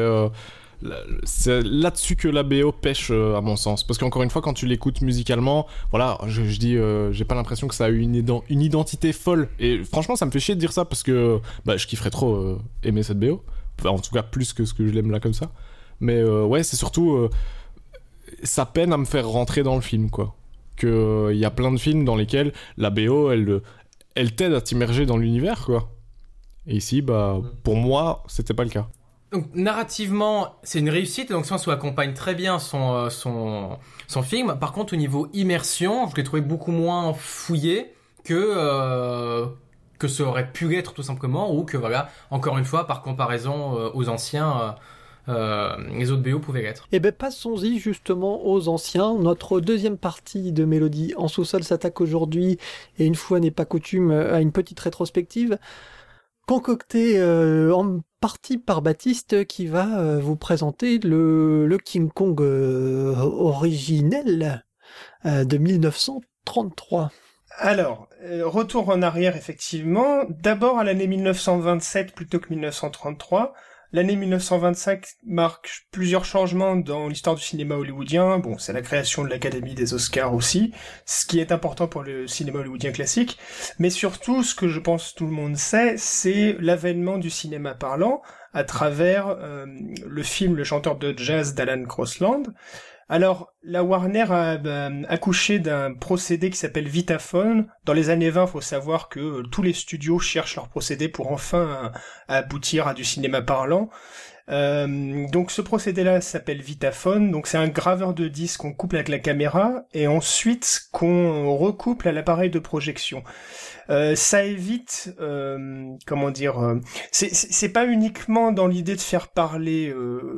là-dessus que la BO pêche, à mon sens. Parce qu'encore une fois, quand tu l'écoutes musicalement, voilà, je dis, j'ai pas l'impression que ça a eu une identité folle. Et franchement, ça me fait chier de dire ça, parce que je kifferais trop aimer cette BO. Enfin, en tout cas, plus que ce que je l'aime là, comme ça. Mais ouais, c'est surtout ça peine à me faire rentrer dans le film, quoi. Que y a plein de films dans lesquels la BO, elle t'aide à t'immerger dans l'univers, quoi. Et ici, pour moi, c'était pas le cas. Donc, narrativement, c'est une réussite, dans le sens où elle accompagne très bien son film. Par contre, au niveau immersion, je l'ai trouvé beaucoup moins fouillé que ça aurait pu l'être, tout simplement, ou que, voilà, encore une fois, par comparaison aux anciens... les autres BO pouvaient l'être. Eh ben passons-y justement aux anciens. Notre deuxième partie de Mélodie en sous-sol s'attaque aujourd'hui, et une fois n'est pas coutume, à une petite rétrospective concoctée en partie par Baptiste, qui va vous présenter le King Kong originel de 1933. Alors, retour en arrière effectivement, d'abord à l'année 1927 plutôt que 1933. L'année 1925 marque plusieurs changements dans l'histoire du cinéma hollywoodien. Bon, c'est la création de l'Académie des Oscars aussi, ce qui est important pour le cinéma hollywoodien classique. Mais surtout, ce que je pense tout le monde sait, c'est l'avènement du cinéma parlant à travers le film Le chanteur de jazz d'Alan Crosland. Alors, la Warner a accouché d'un procédé qui s'appelle Vitaphone. Dans les années 20, il faut savoir que tous les studios cherchent leur procédé pour enfin aboutir à du cinéma parlant. Donc ce procédé-là s'appelle Vitaphone. Donc c'est un graveur de disques qu'on couple avec la caméra et ensuite qu'on recouple à l'appareil de projection. Ça évite, c'est pas uniquement dans l'idée de faire parler,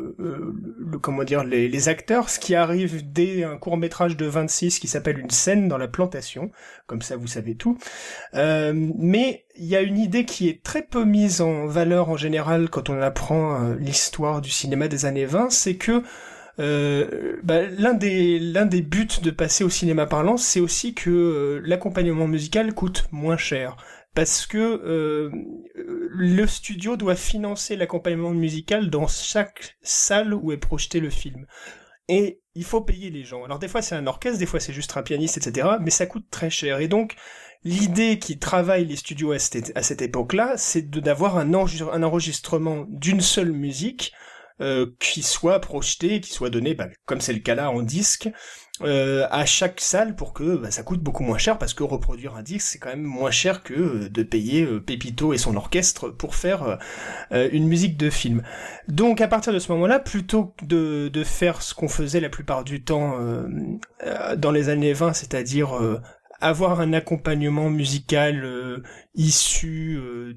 les acteurs. Ce qui arrive dès un court-métrage de 26 qui s'appelle Une scène dans la plantation, comme ça vous savez tout. Mais il y a une idée qui est très peu mise en valeur en général quand on apprend l'histoire du cinéma des années 20, c'est que l'un des buts de passer au cinéma parlant, c'est aussi que l'accompagnement musical coûte moins cher. Parce que le studio doit financer l'accompagnement musical dans chaque salle où est projeté le film. Et il faut payer les gens. Alors des fois c'est un orchestre, des fois c'est juste un pianiste, etc. Mais ça coûte très cher. Et donc l'idée qui travaille les studios à cette époque-là, c'est d'avoir un enregistrement d'une seule musique qui soit projeté, qui soit donné, comme c'est le cas là, en disque, à chaque salle pour que ça coûte beaucoup moins cher, parce que reproduire un disque c'est quand même moins cher que de payer Pépito et son orchestre pour faire une musique de film. Donc à partir de ce moment-là, plutôt que de faire ce qu'on faisait la plupart du temps dans les années 20, c'est-à-dire avoir un accompagnement musical issu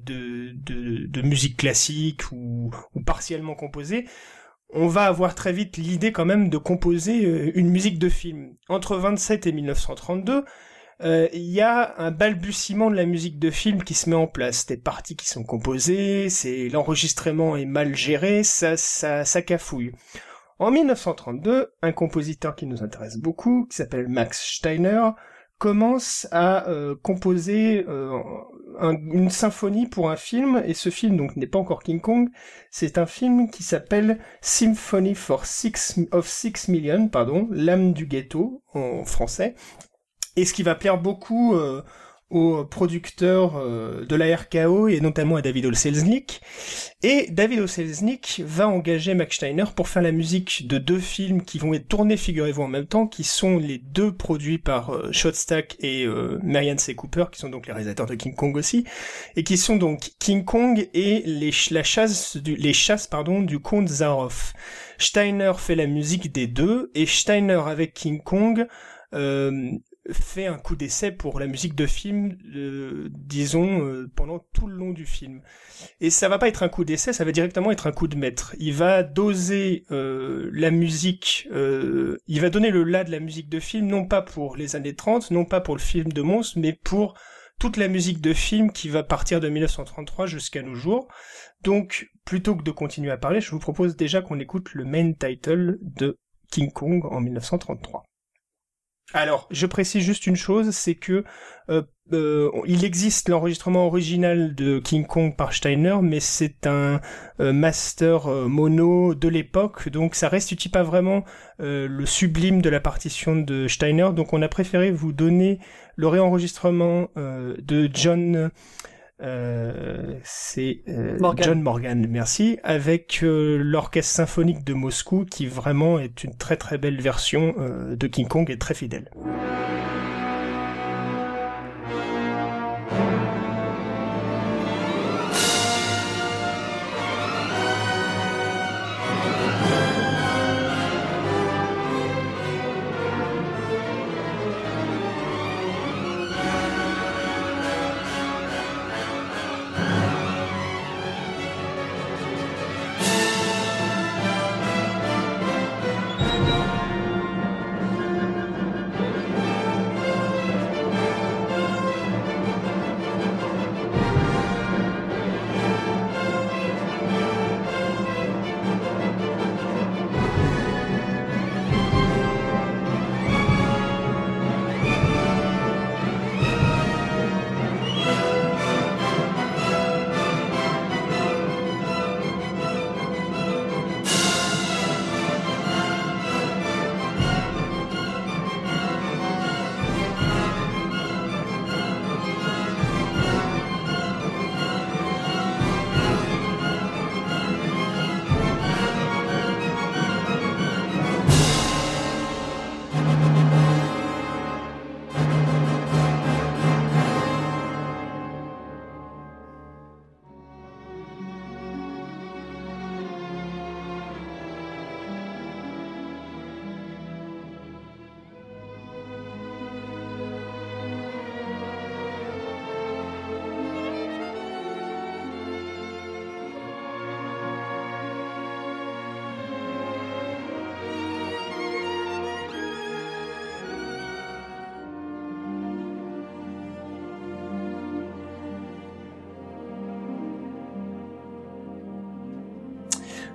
de musique classique ou partiellement composé, on va avoir très vite l'idée quand même de composer une musique de film. Entre 27 et 1932, il y a un balbutiement de la musique de film qui se met en place. Des parties qui sont composées, l'enregistrement est mal géré, ça cafouille. En 1932, un compositeur qui nous intéresse beaucoup, qui s'appelle Max Steiner, commence à composer une symphonie pour un film, et ce film donc n'est pas encore King Kong, c'est un film qui s'appelle Symphony of 6 Million, l'âme du ghetto en français, et ce qui va plaire beaucoup aux producteurs de la RKO et notamment à David O. Selznick. Et David O. Selznick va engager Max Steiner pour faire la musique de 2 films qui vont être tournés, figurez-vous, en même temps, qui sont les 2 produits par Shotstack et Marianne C. Cooper, qui sont donc les réalisateurs de King Kong aussi, et qui sont donc King Kong et les chasses du comte Zaroff. Steiner fait la musique des 2, et Steiner avec King Kong fait un coup d'essai pour la musique de film, pendant tout le long du film. Et ça va pas être un coup d'essai, ça va directement être un coup de maître. Il va doser la musique, il va donner le la de la musique de film, non pas pour les années 30, non pas pour le film de monstre, mais pour toute la musique de film qui va partir de 1933 jusqu'à nos jours. Donc, plutôt que de continuer à parler, je vous propose déjà qu'on écoute le main title de King Kong en 1933. Alors, je précise juste une chose, c'est que il existe l'enregistrement original de King Kong par Steiner, mais c'est un master mono de l'époque, donc ça restitue pas vraiment le sublime de la partition de Steiner, donc on a préféré vous donner le réenregistrement de John... John Morgan, merci, avec l'orchestre symphonique de Moscou, qui vraiment est une très très belle version de King Kong et très fidèle.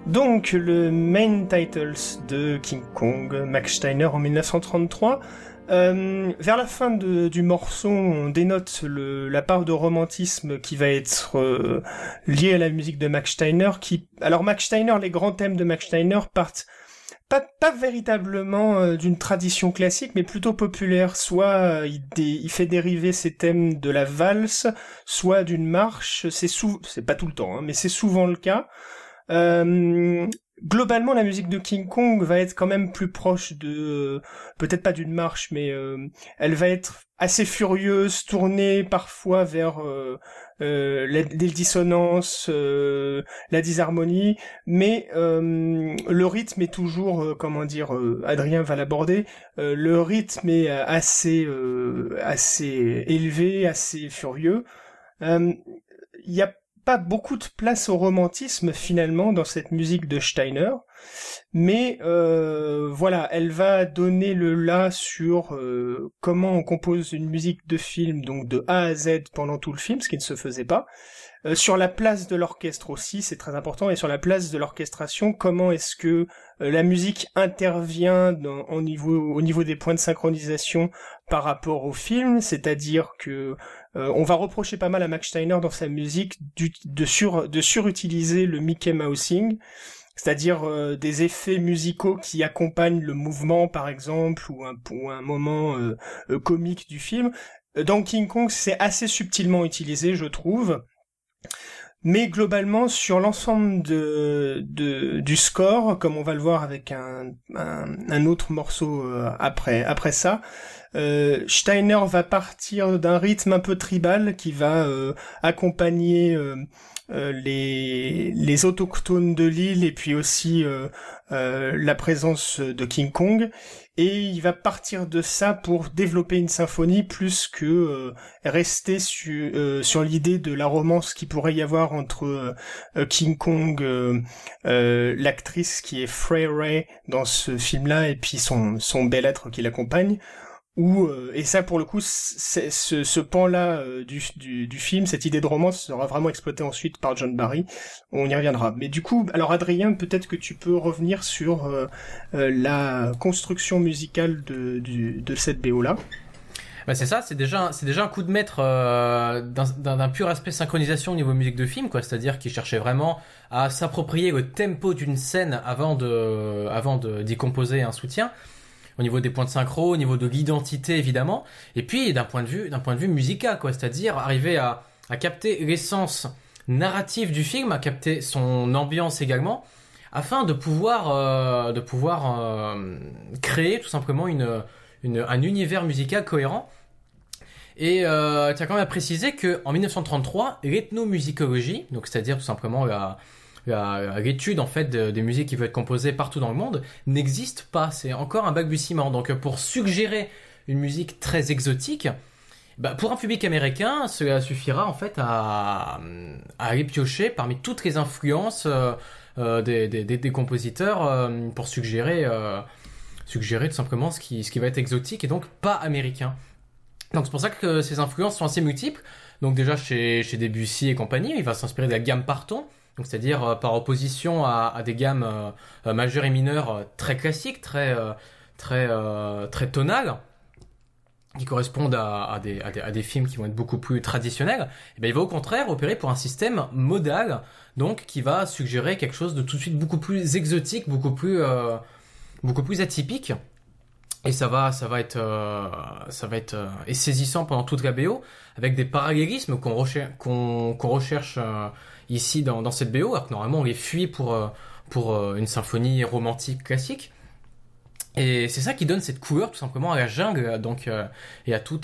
Donc, le main titles de King Kong, Max Steiner en 1933. Vers la fin du morceau, on dénote la part de romantisme qui va être liée à la musique de Max Steiner. Alors Max Steiner, les grands thèmes de Max Steiner partent pas véritablement d'une tradition classique, mais plutôt populaire. Soit il fait dériver ses thèmes de la valse, soit d'une marche. C'est pas tout le temps, hein, mais c'est souvent le cas. Globalement, la musique de King Kong va être quand même plus proche de, peut-être pas d'une marche, mais elle va être assez furieuse, tournée parfois vers les dissonances, la disharmonie, mais le rythme est toujours, Adrien va l'aborder, le rythme est assez élevé, assez furieux. Il y a pas beaucoup de place au romantisme finalement dans cette musique de Steiner, mais voilà, elle va donner le là sur comment on compose une musique de film, donc de A à Z pendant tout le film, ce qui ne se faisait pas. Sur la place de l'orchestre aussi, c'est très important, et sur la place de l'orchestration, comment est-ce que la musique intervient au niveau des points de synchronisation par rapport au film, c'est-à-dire que on va reprocher pas mal à Max Steiner dans sa musique de surutiliser le Mickey Mousing, c'est-à-dire des effets musicaux qui accompagnent le mouvement par exemple, ou un moment comique du film. Dans King Kong, c'est assez subtilement utilisé, je trouve. Mais globalement, sur l'ensemble du score, comme on va le voir avec un autre morceau après ça, Steiner va partir d'un rythme un peu tribal qui va accompagner les autochtones de l'île et puis aussi la présence de King Kong, et il va partir de ça pour développer une symphonie plus que rester sur l'idée de la romance qui pourrait y avoir entre King Kong, l'actrice qui est Fray Ray dans ce film-là, et puis son bel être qui l'accompagne. Et ça pour le coup, ce pan-là du film, cette idée de romance sera vraiment exploitée ensuite par John Barry. On y reviendra. Mais du coup, alors Adrien, peut-être que tu peux revenir sur la construction musicale de cette BO-là. Bah c'est ça, c'est déjà un coup de maître d'un pur aspect synchronisation au niveau musique de film, quoi. C'est-à-dire qu'il cherchait vraiment à s'approprier le tempo d'une scène avant d'y composer un soutien. Au niveau des points de synchro, au niveau de l'identité évidemment, et puis d'un point de vue musical, quoi, c'est-à-dire arriver à capter l'essence narrative du film, à capter son ambiance également, afin de pouvoir créer tout simplement un univers musical cohérent. Et tiens quand même à préciser que en 1933, l'ethnomusicologie, donc c'est-à-dire tout simplement l'étude en fait des musiques qui veulent être composées partout dans le monde, n'existe pas. C'est encore un balbutiement. Donc pour suggérer une musique très exotique, pour un public américain, cela suffira en fait à aller piocher parmi toutes les influences des compositeurs pour suggérer tout simplement ce qui va être exotique et donc pas américain. Donc c'est pour ça que ces influences sont assez multiples. Donc déjà chez Debussy et compagnie, il va s'inspirer de la gamme Parton. Donc c'est-à-dire par opposition à des gammes majeures et mineures très classiques, très tonales, qui correspondent à des films qui vont être beaucoup plus traditionnels. Et il va au contraire opérer pour un système modal, donc qui va suggérer quelque chose de tout de suite beaucoup plus exotique, beaucoup plus atypique. Et ça va être saisissant pendant toute la BO, avec des parallélismes qu'on recherche ici dans cette BO, alors que normalement on les fuit pour une symphonie romantique classique. Et c'est ça qui donne cette couleur tout simplement à la jungle, donc et à toutes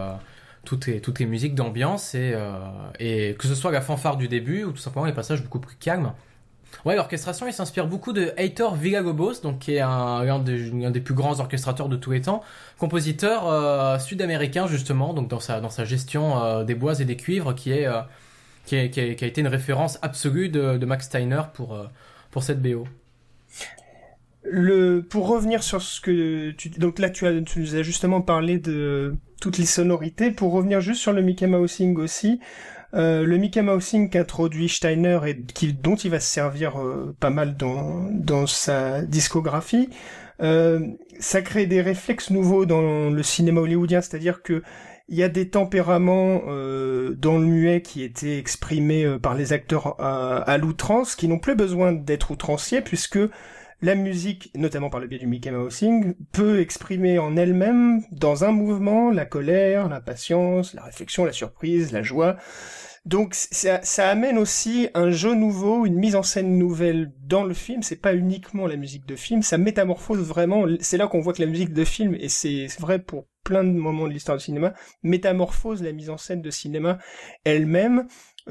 les musiques d'ambiance, et que ce soit la fanfare du début ou tout simplement les passages beaucoup plus calmes. Ouais, l'orchestration, il s'inspire beaucoup de Heitor Villa-Lobos, donc qui est l'un des plus grands orchestrateurs de tous les temps, compositeur sud-américain justement, donc dans sa gestion des bois et des cuivres, qui a été une référence absolue de Max Steiner pour cette BO. Pour revenir sur ce que donc là tu nous as justement parlé de toutes les sonorités. Pour revenir juste sur le Mickey Mousing aussi, Le Mickey Mousing qu'introduit Steiner et dont il va se servir pas mal dans sa discographie, ça crée des réflexes nouveaux dans le cinéma hollywoodien, c'est-à-dire que il y a des tempéraments dans le muet qui étaient exprimés par les acteurs à l'outrance, qui n'ont plus besoin d'être outranciers, puisque la musique, notamment par le biais du Mickey Mousing, peut exprimer en elle-même, dans un mouvement, la colère, l'impatience, la réflexion, la surprise, la joie. Donc ça amène aussi un jeu nouveau, une mise en scène nouvelle dans le film. C'est pas uniquement la musique de film, ça métamorphose vraiment. C'est là qu'on voit que la musique de film, et c'est vrai pour plein de moments de l'histoire du cinéma, métamorphose la mise en scène de cinéma elle-même.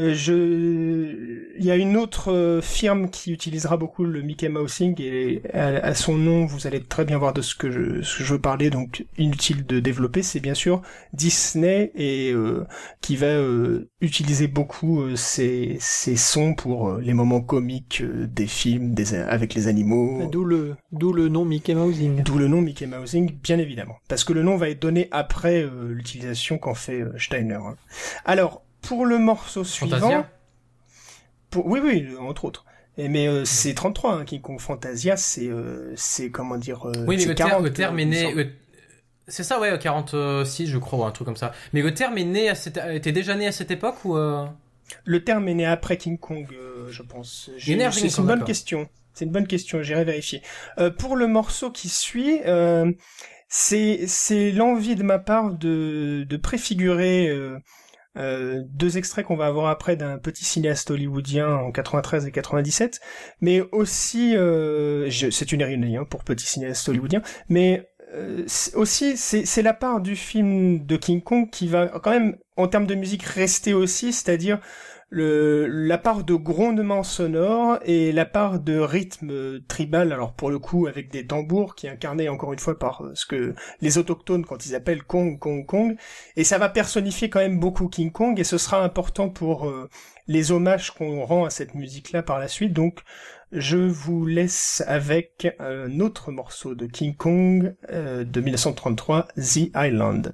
Il y a une autre firme qui utilisera beaucoup le Mickey Mousing, et à son nom, vous allez très bien voir de ce que je veux parler, donc inutile de développer, c'est bien sûr Disney, et qui va utiliser beaucoup ces sons pour les moments comiques des films avec les animaux. D'où le nom Mickey Mousing. D'où le nom Mickey Mousing, bien évidemment. Parce que le nom va être donné après l'utilisation qu'en fait Steiner. Alors, pour le morceau suivant... Oui, entre autres. Mais c'est 33, King Kong Fantasia, c'est comment dire... oui, mais le terme est né... C'est ça, ouais, 46, je crois, ou un truc comme ça. Mais le terme est né était déjà né à cette époque, ou... Le terme est né après King Kong, je pense. C'est une bonne question. C'est une bonne question, j'irai vérifier. Pour le morceau qui suit... c'est l'envie de ma part de préfigurer... deux extraits qu'on va avoir après d'un petit cinéaste hollywoodien en 93 et 97, mais aussi c'est une ironie pour petit cinéaste hollywoodien, mais aussi c'est la part du film de King Kong qui va quand même en termes de musique rester aussi, c'est-à-dire la part de grondement sonore et la part de rythme tribal, alors pour le coup avec des tambours qui est incarné encore une fois par ce que les autochtones quand ils appellent Kong, Kong, Kong, et ça va personnifier quand même beaucoup King Kong, et ce sera important pour les hommages qu'on rend à cette musique-là par la suite. Donc je vous laisse avec un autre morceau de King Kong de 1933, The Island.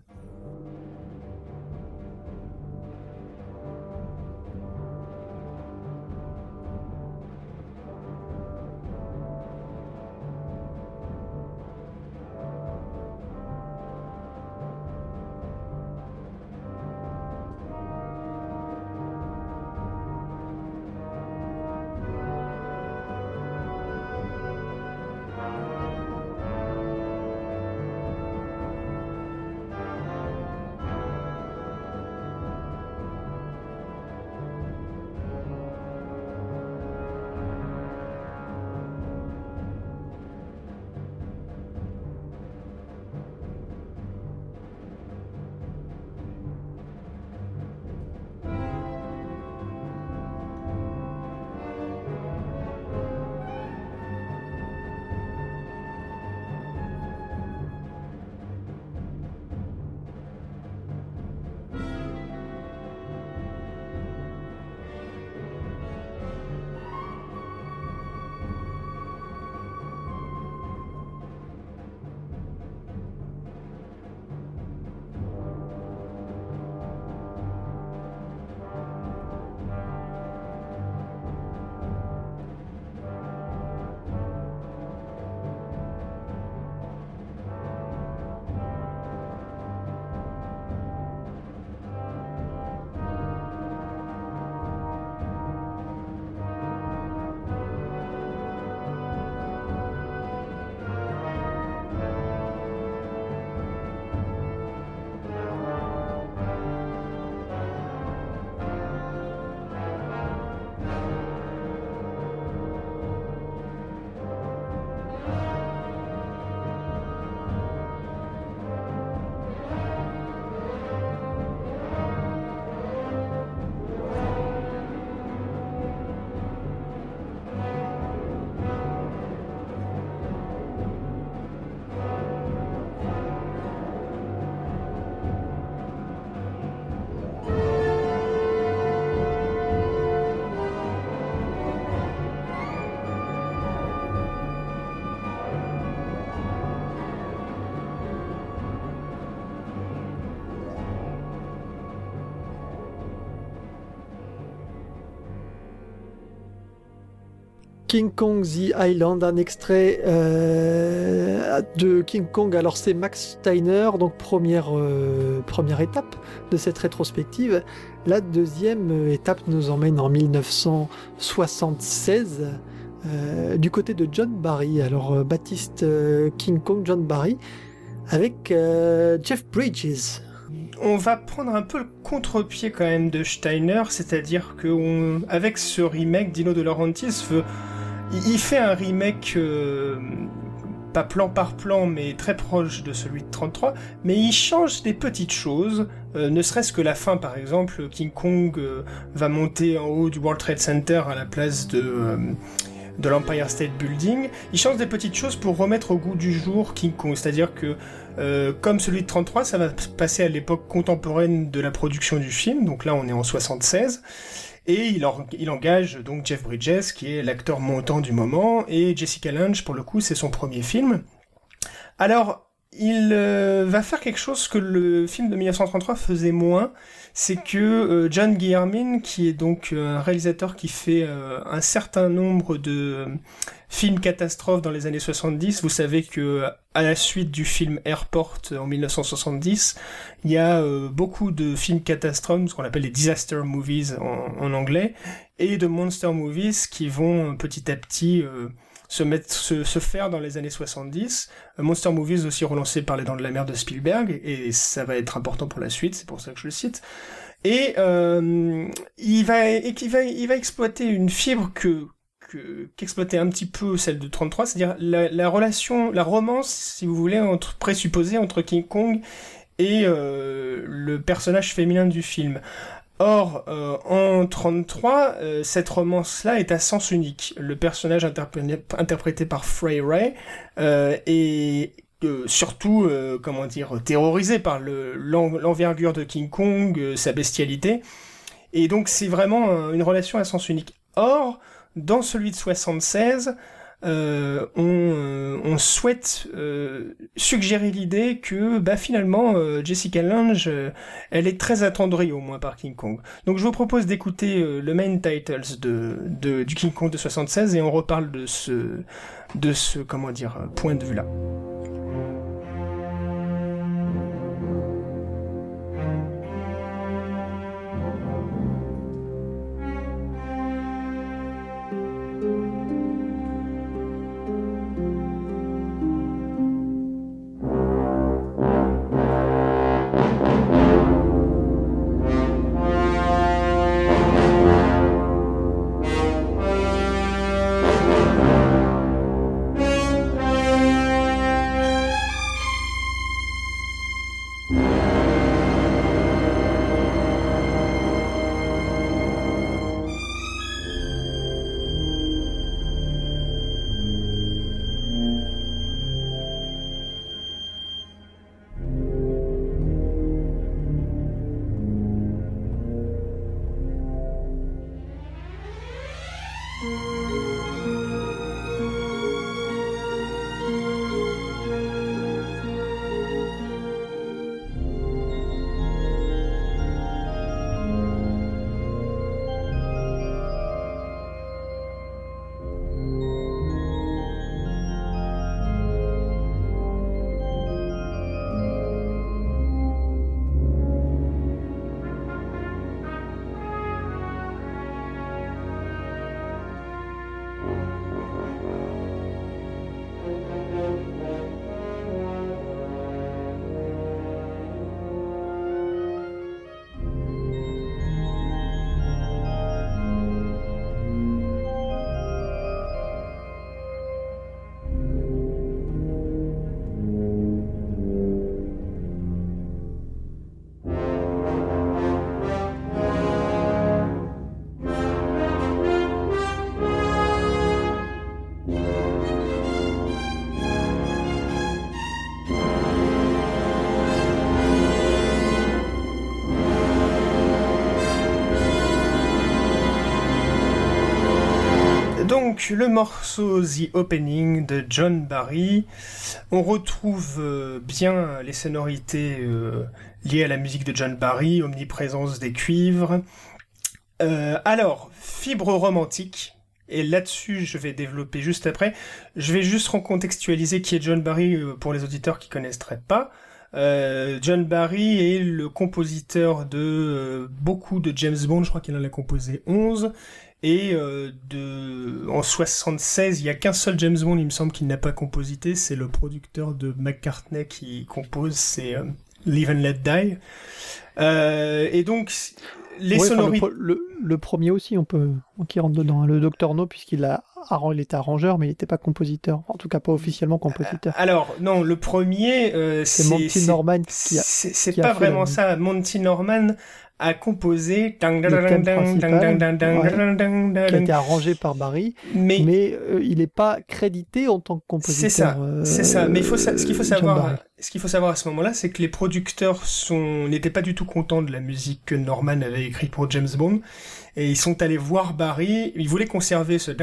King Kong The Island, un extrait de King Kong. Alors c'est Max Steiner, donc première étape de cette rétrospective. La deuxième étape nous emmène en 1976 du côté de John Barry. Alors Baptiste King Kong, John Barry, avec Jeff Bridges. On va prendre un peu le contre-pied quand même de Steiner, c'est-à-dire que avec ce remake, Dino De Laurentiis il fait un remake pas plan par plan, mais très proche de celui de 33, mais il change des petites choses, ne serait-ce que la fin, par exemple, King Kong va monter en haut du World Trade Center à la place de l'Empire State Building. Il change des petites choses pour remettre au goût du jour King Kong, c'est-à-dire que comme celui de 33, ça va passer à l'époque contemporaine de la production du film, donc là on est en 76, et il engage donc Jeff Bridges, qui est l'acteur montant du moment, et Jessica Lange, pour le coup c'est son premier film. Alors, il va faire quelque chose que le film de 1933 faisait moins, c'est que John Guillermin, qui est donc un réalisateur qui fait un certain nombre de films catastrophes dans les années 70, vous savez que à la suite du film Airport en 1970, il y a beaucoup de films catastrophes, ce qu'on appelle les disaster movies en anglais, et de monster movies qui vont petit à petit se faire dans les années 70. Monster Movies aussi relancé par Les Dents de la Mer de Spielberg, et ça va être important pour la suite, c'est pour ça que je le cite. Et il va exploiter une fibre qu'exploitait un petit peu celle de 33, c'est-à-dire la romance, si vous voulez, présupposée entre King Kong et le personnage féminin du film. Or, en 33, cette romance-là est à sens unique. Le personnage interprété par Fay Wray est surtout, terrorisé par l'envergure de King Kong, sa bestialité. Et donc, c'est vraiment une relation à sens unique. Or, dans celui de 76, on souhaite suggérer l'idée que finalement Jessica Lange elle est très attendrie au moins par King Kong. Donc je vous propose d'écouter le main titles du King Kong de 76 et on reparle de ce point de vue là. Donc le morceau The Opening de John Barry, on retrouve bien les sonorités liées à la musique de John Barry, omniprésence des cuivres. Alors, fibre romantique, et là-dessus je vais développer juste après. Je vais juste recontextualiser qui est John Barry pour les auditeurs qui connaîtraient pas. John Barry est le compositeur de beaucoup de James Bond, je crois qu'il en a composé 11, et en 76, il y a qu'un seul James Bond, il me semble, qu'il n'a pas composité, c'est le producteur de McCartney qui compose, c'est Live and Let Die. Et donc, les sonorités... Le premier aussi, qui rentre dedans, le Dr No, puisqu'il était arrangeur, mais il n'était pas compositeur, en tout cas pas officiellement compositeur. Alors, non, le premier, c'est Monty Norman c'est pas vraiment ça. Monty Norman a composé le thème principal, qui a été arrangé par Barry, mais il n'est pas crédité en tant que compositeur. C'est ça. Mais ce qu'il faut savoir à ce moment-là, c'est que les producteurs n'étaient pas du tout contents de la musique que Norman avait écrite pour James Bond. Et ils sont allés voir Barry, ils voulaient conserver ce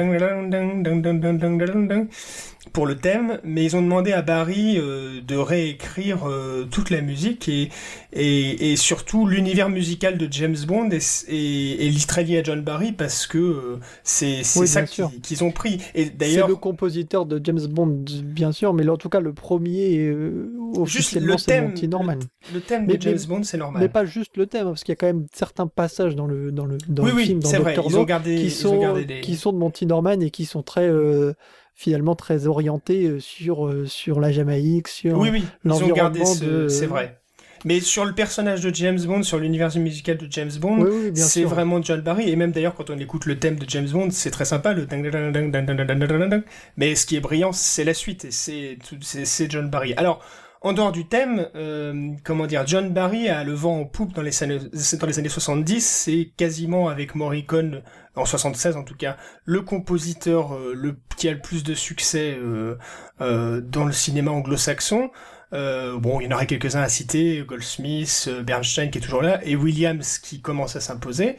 pour le thème, mais ils ont demandé à Barry de réécrire toute la musique et surtout l'univers musical de James Bond et lié à John Barry parce que c'est ça qu'ils ont pris. Et d'ailleurs, c'est le compositeur de James Bond, bien sûr, mais en tout cas le premier officiellement c'est Monty Norman. Le thème de James Bond, c'est normal. Mais pas juste le thème, parce qu'il y a quand même certains passages dans le film, dans Dr. No, qui sont de Monty Norman et qui sont finalement très orientés sur la Jamaïque, sur l'environnement c'est vrai. Mais sur le personnage de James Bond, sur l'univers musical de James Bond, c'est vraiment John Barry. Et même d'ailleurs, quand on écoute le thème de James Bond, c'est très sympa, le ding ding ding ding ding ding ding. Mais ce qui est brillant, c'est la suite, et c'est John Barry. Alors, en dehors du thème, John Barry a le vent en poupe dans les années 70, c'est quasiment avec Morricone, en 76 en tout cas, le compositeur qui a le plus de succès dans le cinéma anglo-saxon. Il y en aurait quelques-uns à citer, Goldsmith, Bernstein qui est toujours là, et Williams qui commence à s'imposer.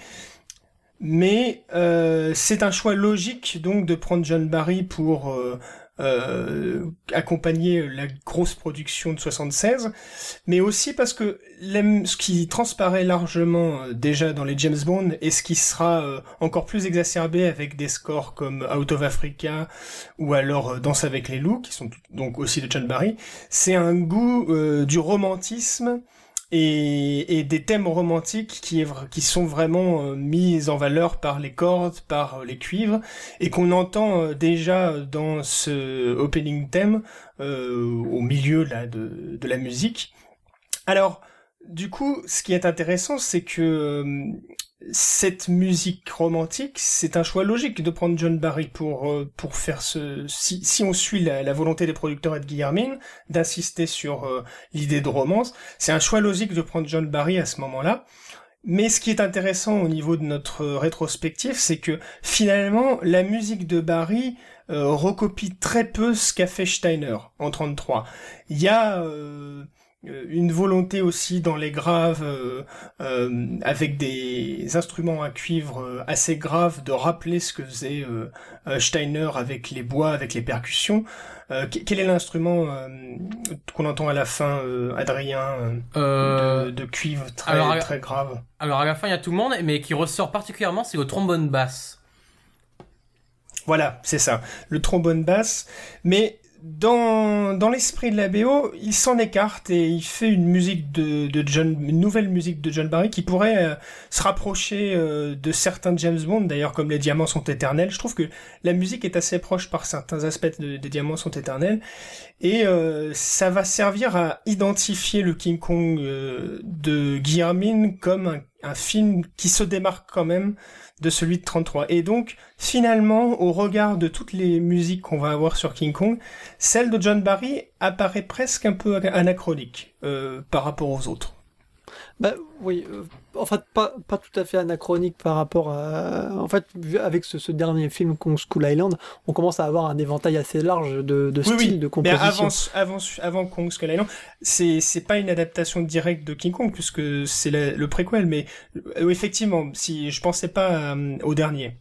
Mais c'est un choix logique donc de prendre John Barry pour accompagner la grosse production de 76, mais aussi parce que ce qui transparaît largement déjà dans les James Bond et ce qui sera encore plus exacerbé avec des scores comme Out of Africa ou alors Danse avec les loups, qui sont donc aussi de John Barry, c'est un goût du romantisme et des thèmes romantiques qui sont vraiment mis en valeur par les cordes, par les cuivres, et qu'on entend déjà dans ce opening theme au milieu là de la musique. Alors, du coup, ce qui est intéressant, c'est que cette musique romantique, c'est un choix logique de prendre John Barry pour faire si on suit la volonté des producteurs et de Guillermin d'insister sur l'idée de romance, c'est un choix logique de prendre John Barry à ce moment-là. Mais ce qui est intéressant au niveau de notre rétrospective, c'est que finalement la musique de Barry recopie très peu ce qu'a fait Steiner en 33. Il y a une volonté aussi dans les graves avec des instruments à cuivre assez graves de rappeler ce que faisait Steiner avec les bois, avec les percussions. Quel est l'instrument qu'on entend à la fin, Adrien, de cuivre très grave? Alors à la fin il y a tout le monde, mais qui ressort particulièrement c'est le trombone basse. Voilà, c'est ça, le trombone basse, mais dans l'esprit de la BO, il s'en écarte et il fait une nouvelle musique de John Barry qui pourrait se rapprocher de certains James Bond, d'ailleurs comme Les Diamants sont éternels. Je trouve que la musique est assez proche par certains aspects des Diamants sont éternels, et ça va servir à identifier le King Kong de Guillermin comme un film qui se démarque quand même de celui de 33. Et donc, finalement, au regard de toutes les musiques qu'on va avoir sur King Kong, celle de John Barry apparaît presque un peu anachronique par rapport aux autres. Bah oui, en fait pas tout à fait anachronique par rapport à... En fait, avec ce dernier film Kong Skull Island, on commence à avoir un éventail assez large de styles de composition. Mais avant Kong Skull Island, c'est pas une adaptation directe de King Kong puisque c'est le préquel, mais effectivement, si je pensais pas au dernier.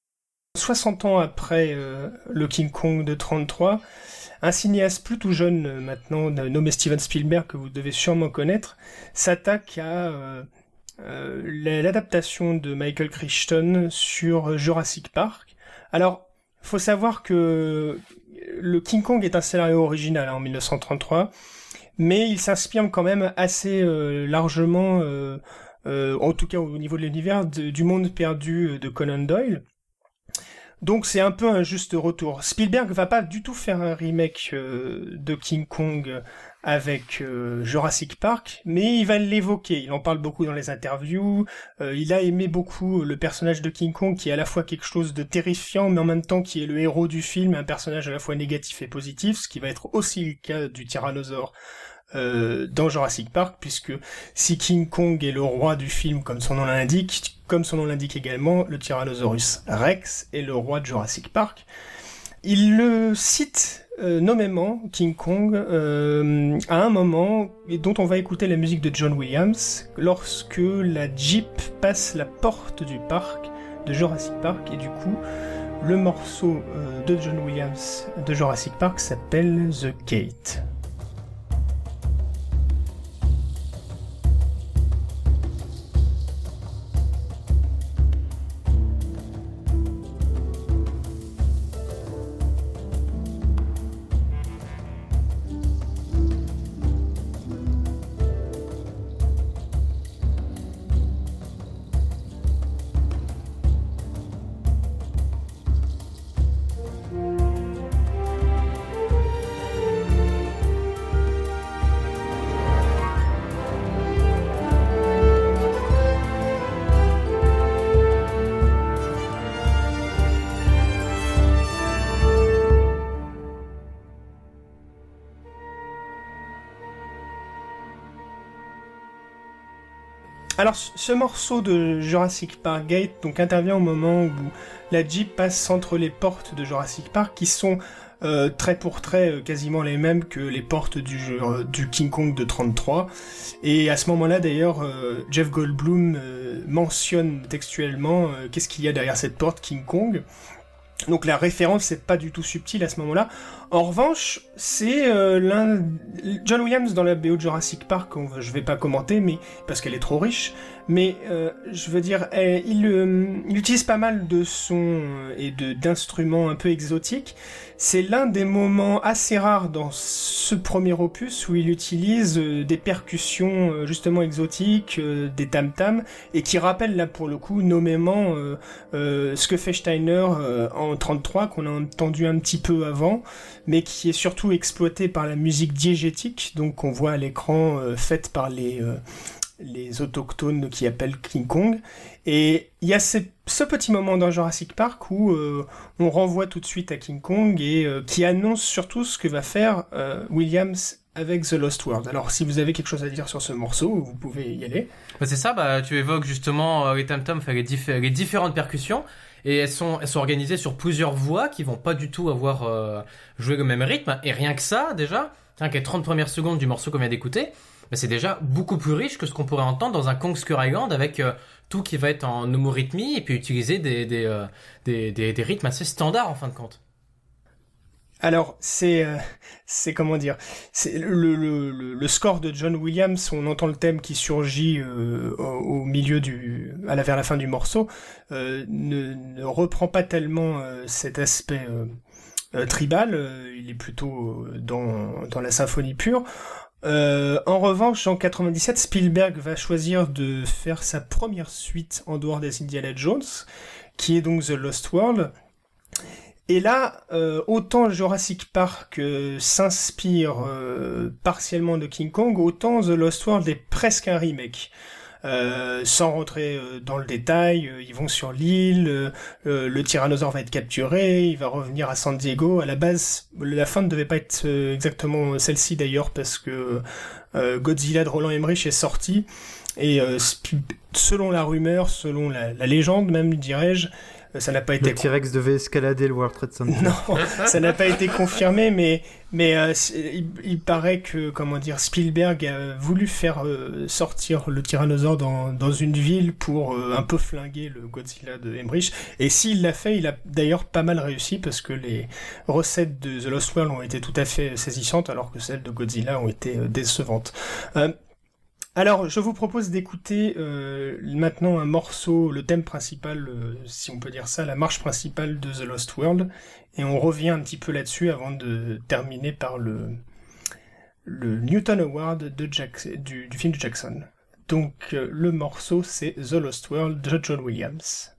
60 ans après le King Kong de 33, un cinéaste plus tout jeune maintenant, nommé Steven Spielberg, que vous devez sûrement connaître, s'attaque à l'adaptation de Michael Crichton sur Jurassic Park, Alors, faut savoir que le King Kong est un scénario original en 1933, mais il s'inspire quand même assez largement, en tout cas au niveau de l'univers, du Monde perdu de Conan Doyle. Donc c'est un peu un juste retour. Spielberg va pas du tout faire un remake de King Kong avec Jurassic Park, mais il va l'évoquer. Il en parle beaucoup dans les interviews. Il a aimé beaucoup le personnage de King Kong, qui est à la fois quelque chose de terrifiant, mais en même temps qui est le héros du film, un personnage à la fois négatif et positif, ce qui va être aussi le cas du tyrannosaure dans Jurassic Park, puisque si King Kong est le roi du film comme son nom l'indique, comme son nom l'indique également, le Tyrannosaurus Rex est le roi de Jurassic Park. Il le cite nommément, King Kong, à un moment et dont on va écouter la musique de John Williams lorsque la Jeep passe la porte du parc de Jurassic Park, et du coup le morceau de John Williams de Jurassic Park s'appelle The Gate. Alors, ce morceau de Jurassic Park Gate donc intervient au moment où la Jeep passe entre les portes de Jurassic Park, qui sont trait pour trait quasiment les mêmes que les portes du King Kong de 33. Et à ce moment-là, d'ailleurs, Jeff Goldblum mentionne textuellement qu'est-ce qu'il y a derrière cette porte King Kong. Donc la référence c'est pas du tout subtil à ce moment-là. En revanche, c'est John Williams dans la BO de Jurassic Park, je vais pas commenter, mais parce qu'elle est trop riche. Mais je veux dire, il utilise pas mal de sons et d'instruments un peu exotiques. C'est l'un des moments assez rares dans ce premier opus où il utilise des percussions justement exotiques, des tam-tams, et qui rappellent là pour le coup nommément ce que fait Steiner en 33, qu'on a entendu un petit peu avant, mais qui est surtout exploité par la musique diégétique, donc qu'on voit à l'écran faite par les autochtones qui appellent King Kong. Et il y a ce petit moment dans Jurassic Park où on renvoie tout de suite à King Kong et qui annonce surtout ce que va faire Williams avec The Lost World. Alors si vous avez quelque chose à dire sur ce morceau, vous pouvez y aller. Bah c'est ça, tu évoques justement les tam-tams, les différentes percussions, et elles sont organisées sur plusieurs voix qui vont pas du tout avoir joué le même rythme, et rien que ça déjà, rien que les 30 premières secondes du morceau qu'on vient d'écouter, c'est déjà beaucoup plus riche que ce qu'on pourrait entendre dans un Kong Skull Island avec tout qui va être en homorythmie et puis utiliser des rythmes assez standards en fin de compte. Alors c'est comment dire, c'est le score de John Williams, on entend le thème qui surgit au milieu vers la fin du morceau, ne reprend pas tellement cet aspect tribal, il est plutôt dans la symphonie pure. En revanche, en 97, Spielberg va choisir de faire sa première suite en dehors des Indiana Jones, qui est donc The Lost World. Et là, autant Jurassic Park s'inspire partiellement de King Kong, autant The Lost World est presque un remake. Sans rentrer dans le détail, ils vont sur l'île, le tyrannosaure va être capturé, il va revenir à San Diego. À la base, la fin ne devait pas être exactement celle-ci d'ailleurs, parce que Godzilla de Roland Emmerich est sorti, et selon la rumeur, selon la légende même, dirais-je, ça n'a pas été... Le T-Rex devait escalader le World Trade Center. Non, ça n'a pas été confirmé, mais il paraît que, Spielberg a voulu faire sortir le tyrannosaure dans une ville pour un peu flinguer le Godzilla de Emmerich. Et s'il l'a fait, il a d'ailleurs pas mal réussi, parce que les recettes de The Lost World ont été tout à fait saisissantes, alors que celles de Godzilla ont été décevantes. Alors, je vous propose d'écouter maintenant un morceau, le thème principal, si on peut dire ça, la marche principale de The Lost World, et on revient un petit peu là-dessus avant de terminer par le Newton Award du film de Jackson. Donc, le morceau, c'est The Lost World de John Williams.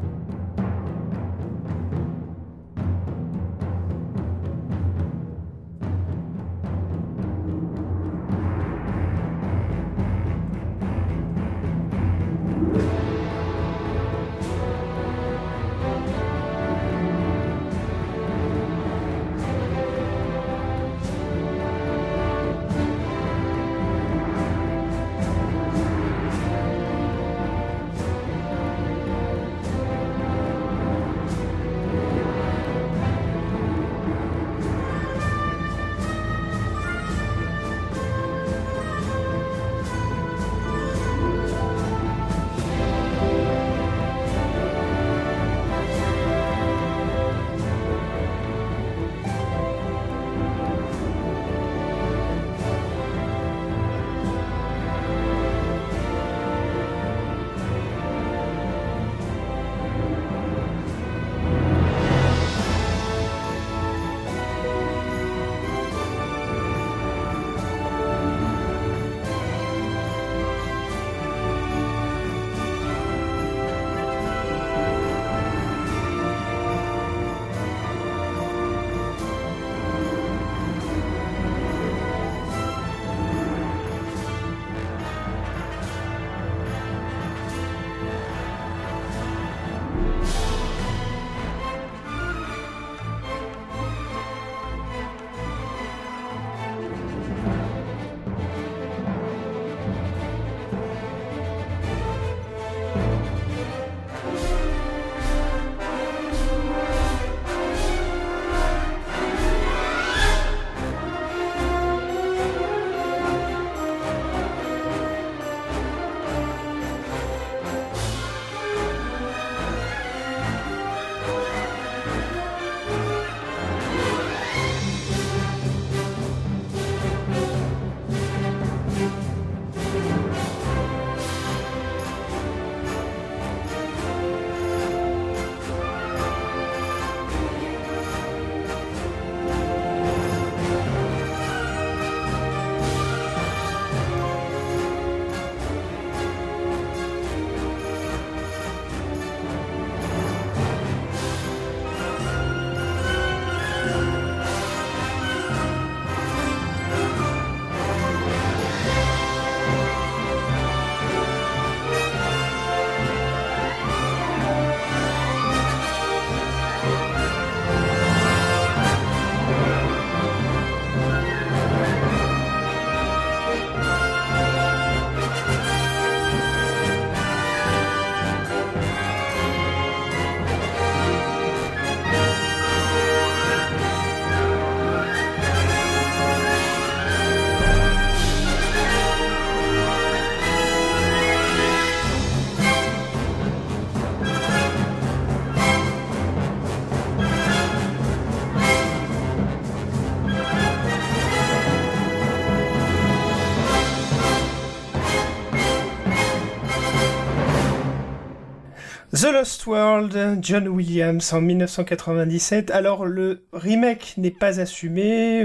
The Lost World, John Williams en 1997. Alors le remake n'est pas assumé,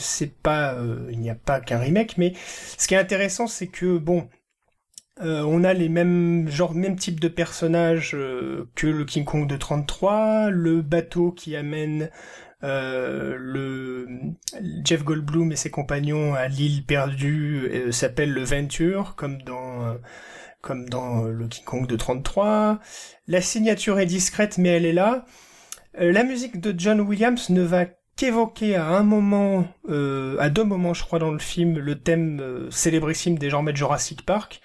il n'y a pas qu'un remake, mais ce qui est intéressant, c'est que on a les mêmes types de personnages que le King Kong de 33, le bateau qui amène le Jeff Goldblum et ses compagnons à l'île perdue s'appelle le Venture, comme dans le King Kong de 33. La signature est discrète, mais elle est là. La musique de John Williams ne va qu'évoquer à deux moments, je crois, dans le film, le thème célébrissime désormais de Jurassic Park.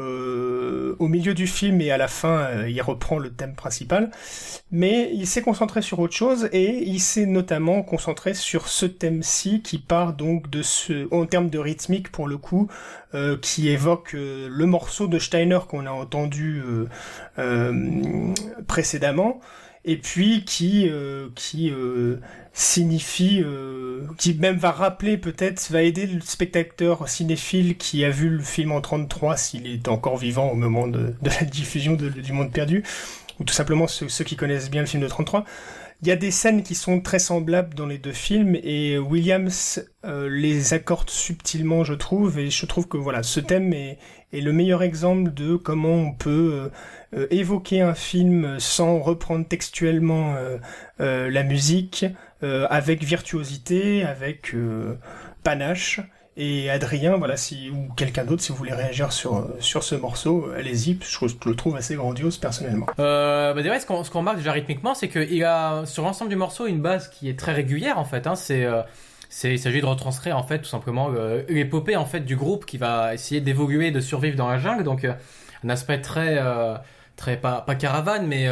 Au milieu du film et à la fin, il reprend le thème principal. Mais il s'est concentré sur autre chose et il s'est notamment concentré sur ce thème-ci qui part donc en termes de rythmique pour le coup, qui évoque le morceau de Steiner qu'on a entendu précédemment. Et puis qui signifie, qui même va rappeler peut-être, va aider le spectateur cinéphile qui a vu le film en 33 s'il est encore vivant au moment de la diffusion du Monde Perdu, ou tout simplement ceux qui connaissent bien le film de 33. Il y a des scènes qui sont très semblables dans les deux films et Williams les accorde subtilement, je trouve, et je trouve que voilà, ce thème est le meilleur exemple de comment on peut évoquer un film sans reprendre textuellement la musique, avec virtuosité, avec panache. Et Adrien, voilà, ou quelqu'un d'autre, si vous voulez réagir sur ce morceau, allez-y, je le trouve assez grandiose personnellement. Déjà, ce qu'on remarque déjà rythmiquement, c'est qu'il a sur l'ensemble du morceau une base qui est très régulière en fait. Il s'agit de retranscrire en fait tout simplement l'épopée en fait du groupe qui va essayer d'évoluer, de survivre dans la jungle. Donc un aspect très pas caravane, mais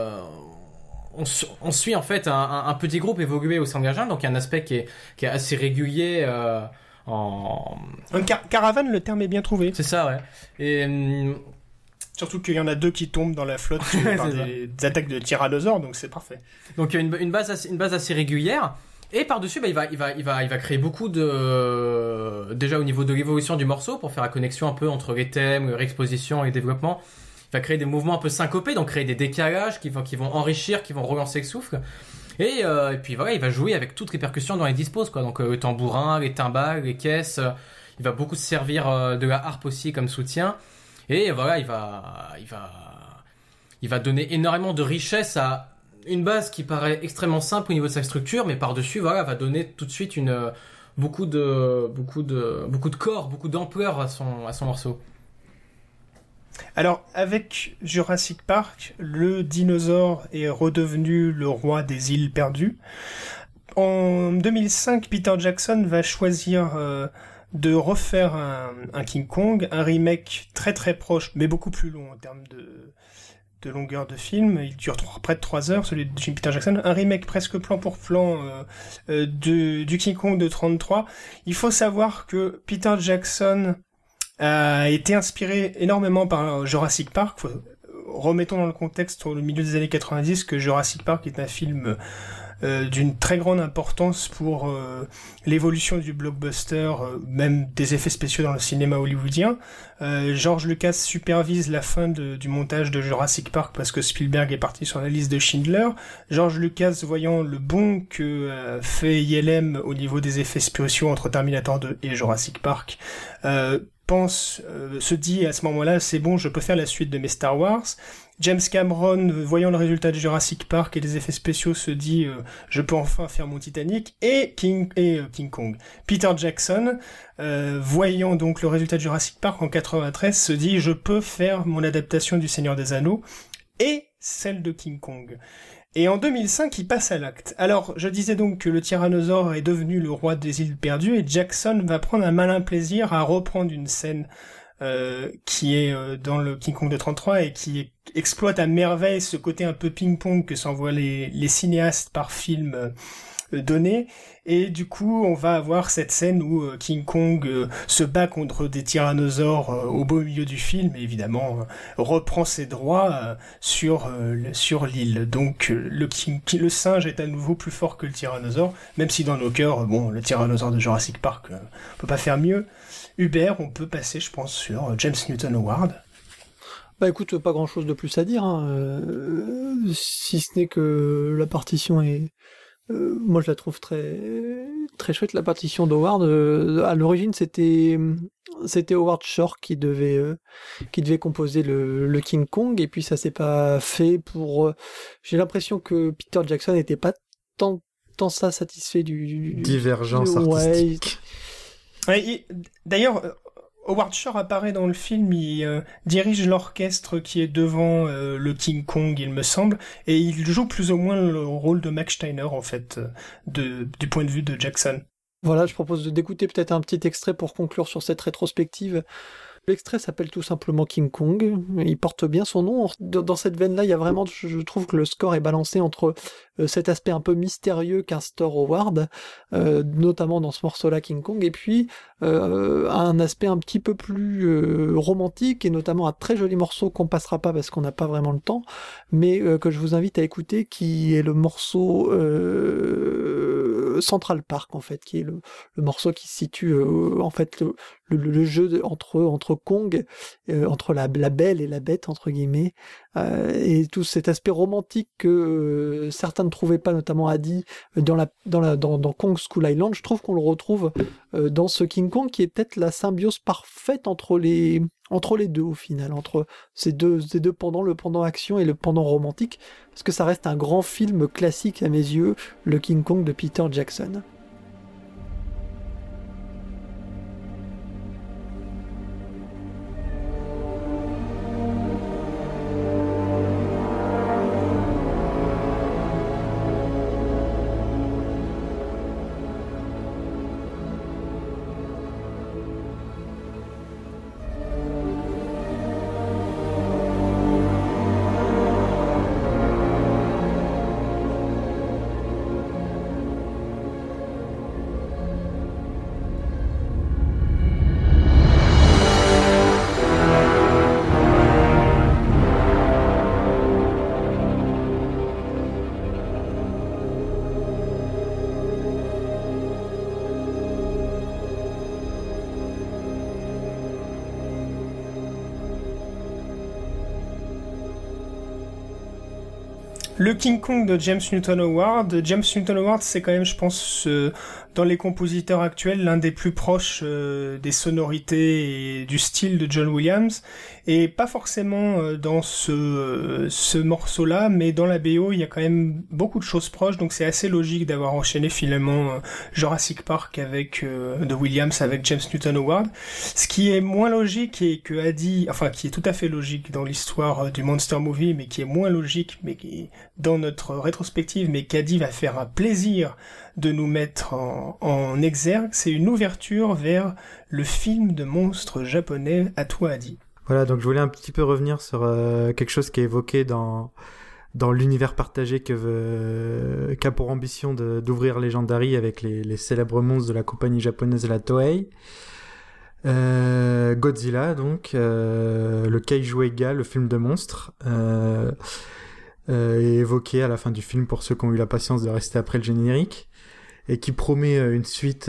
on suit en fait un petit groupe évoluer au sein de la jungle. Donc il y a un aspect qui est assez régulier. Caravane, le terme est bien trouvé. C'est ça, ouais. Et surtout qu'il y en a 2 qui tombent dans la flotte par des attaques de tyrannosaures, donc c'est parfait. Donc il y a une base assez régulière. Et par-dessus, il va créer beaucoup déjà au niveau de l'évolution du morceau pour faire la connexion un peu entre les thèmes, leur exposition et le développement. Il va créer des mouvements un peu syncopés, donc créer des décalages qui vont enrichir, qui vont relancer le souffle. Et puis voilà, il va jouer avec toutes les percussions dont il dispose, quoi. Donc le tambourin, les timbales, les caisses. Il va beaucoup se servir de la harpe aussi comme soutien. Et voilà, il va donner énormément de richesse à une base qui paraît extrêmement simple au niveau de sa structure, mais par-dessus, voilà, va donner tout de suite beaucoup de corps, beaucoup d'ampleur à son morceau. Alors, avec Jurassic Park, le dinosaure est redevenu le roi des îles perdues. En 2005, Peter Jackson va choisir de refaire un King Kong, un remake très très proche, mais beaucoup plus long en termes de longueur de film. Il dure près de 3 heures, celui de Peter Jackson. Un remake presque plan pour plan du King Kong de 33. Il faut savoir que Peter Jackson a été inspiré énormément par Jurassic Park. Remettons dans le contexte au milieu des années 90 que Jurassic Park est un film d'une très grande importance pour l'évolution du blockbuster, même des effets spéciaux dans le cinéma hollywoodien. George Lucas supervise la fin du montage de Jurassic Park parce que Spielberg est parti sur la liste de Schindler. George Lucas, voyant le bond que fait ILM au niveau des effets spéciaux entre Terminator 2 et Jurassic Park, se dit à ce moment-là, c'est bon, je peux faire la suite de mes Star Wars. James Cameron, voyant le résultat de Jurassic Park et des effets spéciaux, se dit je peux enfin faire mon Titanic et King Kong. Peter Jackson, voyant donc le résultat de Jurassic Park en 93, se dit je peux faire mon adaptation du Seigneur des Anneaux et celle de King Kong. Et en 2005, il passe à l'acte. Alors, je disais donc que le tyrannosaure est devenu le roi des îles perdues et Jackson va prendre un malin plaisir à reprendre une scène qui est dans le King Kong de 33 et qui exploite à merveille ce côté un peu ping-pong que s'envoient les cinéastes par film donné. Et du coup, on va avoir cette scène où King Kong se bat contre des tyrannosaures au beau milieu du film, et évidemment reprend ses droits sur l'île. Donc le singe est à nouveau plus fort que le tyrannosaure, même si dans nos cœurs, le tyrannosaure de Jurassic Park, on peut pas faire mieux. Hubert, on peut passer, je pense, sur James Newton Howard. Bah écoute, pas grand chose de plus à dire, si ce n'est que la partition est... moi je la trouve très très chouette, la partition d'Howard. À l'origine c'était Howard Shore qui devait composer le King Kong, et puis ça s'est pas fait pour... j'ai l'impression que Peter Jackson n'était pas tant ça satisfait du... divergence artistique. Ouais, d'ailleurs, Howard Shore apparaît dans le film, il dirige l'orchestre qui est devant le King Kong, il me semble, et il joue plus ou moins le rôle de Max Steiner, en fait, du point de vue de Jackson. Voilà, je propose d'écouter peut-être un petit extrait pour conclure sur cette rétrospective. L'extrait s'appelle tout simplement King Kong, il porte bien son nom. Dans cette veine-là, il y a vraiment, je trouve que le score est balancé entre cet aspect un peu mystérieux qu'instaure Howard, notamment dans ce morceau-là King Kong, et puis un aspect un petit peu plus romantique, et notamment un très joli morceau qu'on passera pas parce qu'on n'a pas vraiment le temps, mais que je vous invite à écouter, qui est le morceau Central Park en fait, qui est le morceau qui se situe en fait le jeu entre Kong, entre la belle et la bête entre guillemets, et tout cet aspect romantique que certains ne trouvaient pas, notamment Adi dans Kong Skull Island. Je trouve qu'on le retrouve dans ce King Kong, qui est peut-être la symbiose parfaite entre les deux au final, entre ces deux pendants, le pendant action et le pendant romantique, parce que ça reste un grand film classique à mes yeux, le King Kong de Peter Jackson. Le King Kong de James Newton Howard. James Newton Howard, c'est quand même, je pense, dans les compositeurs actuels, l'un des plus proches des sonorités et du style de John Williams. Et pas forcément dans ce morceau-là, mais dans la BO, il y a quand même beaucoup de choses proches, donc c'est assez logique d'avoir enchaîné finalement Jurassic Park de Williams avec James Newton Howard. Ce qui est moins logique et qui est tout à fait logique dans l'histoire du Monster Movie, mais qui est moins logique, mais qui est dans notre rétrospective, mais qu'Adi va faire un plaisir de nous mettre en exergue, c'est une ouverture vers le film de monstres japonais. À toi, Adi. Voilà, donc je voulais un petit peu revenir sur quelque chose qui est évoqué dans l'univers partagé qu'a pour ambition d'ouvrir Legendary avec les célèbres monstres de la compagnie japonaise la Toei. Godzilla, donc, le Kaiju Eiga, le film de monstres, est évoqué à la fin du film pour ceux qui ont eu la patience de rester après le générique, et qui promet une suite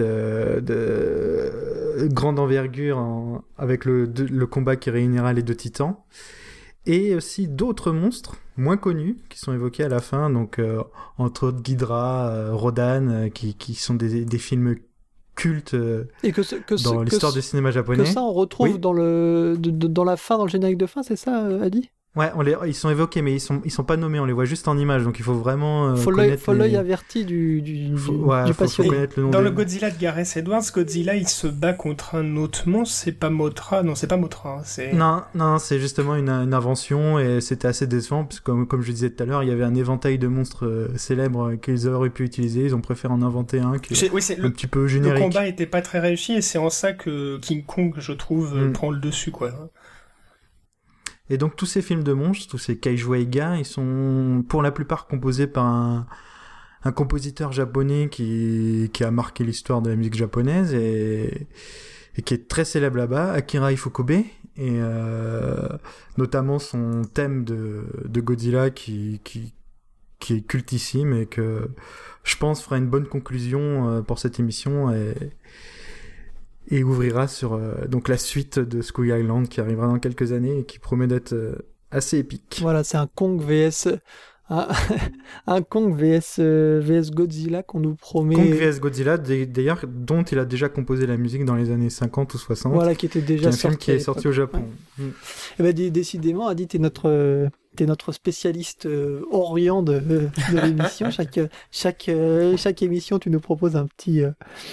de grande envergure avec le combat qui réunira les deux titans, et aussi d'autres monstres moins connus qui sont évoqués à la fin, donc entre autres Ghidra, Rodan, qui sont des films cultes dans l'histoire du cinéma japonais. Que ça on retrouve dans la fin, dans le générique de fin, c'est ça, Adi ? Ouais, ils sont évoqués, mais ils sont pas nommés, on les voit juste en image, donc il faut vraiment faut l'œil averti du passionné. Faut connaître le nom dans le Godzilla de Gareth Edwards, Godzilla il se bat contre un autre monstre, c'est pas Mothra, c'est... Non, c'est justement une invention, et c'était assez décevant, parce que comme je disais tout à l'heure, il y avait un éventail de monstres célèbres qu'ils auraient pu utiliser, ils ont préféré en inventer un qui est un petit peu générique. Le combat était pas très réussi, et c'est en ça que King Kong, je trouve, prend le dessus, quoi. Et donc tous ces films de monstres, tous ces Kaiju Eiga, ils sont pour la plupart composés par un compositeur japonais qui a marqué l'histoire de la musique japonaise et qui est très célèbre là-bas, Akira Ifukube, et notamment son thème de Godzilla qui est cultissime et que je pense fera une bonne conclusion pour cette émission et ouvrira sur donc la suite de Skull Island qui arrivera dans quelques années et qui promet d'être assez épique. Voilà, c'est un Kong vs un Kong vs Godzilla qu'on nous promet. Kong vs Godzilla, d'ailleurs, dont il a déjà composé la musique dans les années 50 ou 60. Voilà, qui était déjà sorti. Un film qui est sorti au Japon. Ouais. Et ben, décidément, Adi, t'es notre spécialiste orient de l'émission. Chaque émission, tu nous proposes un petit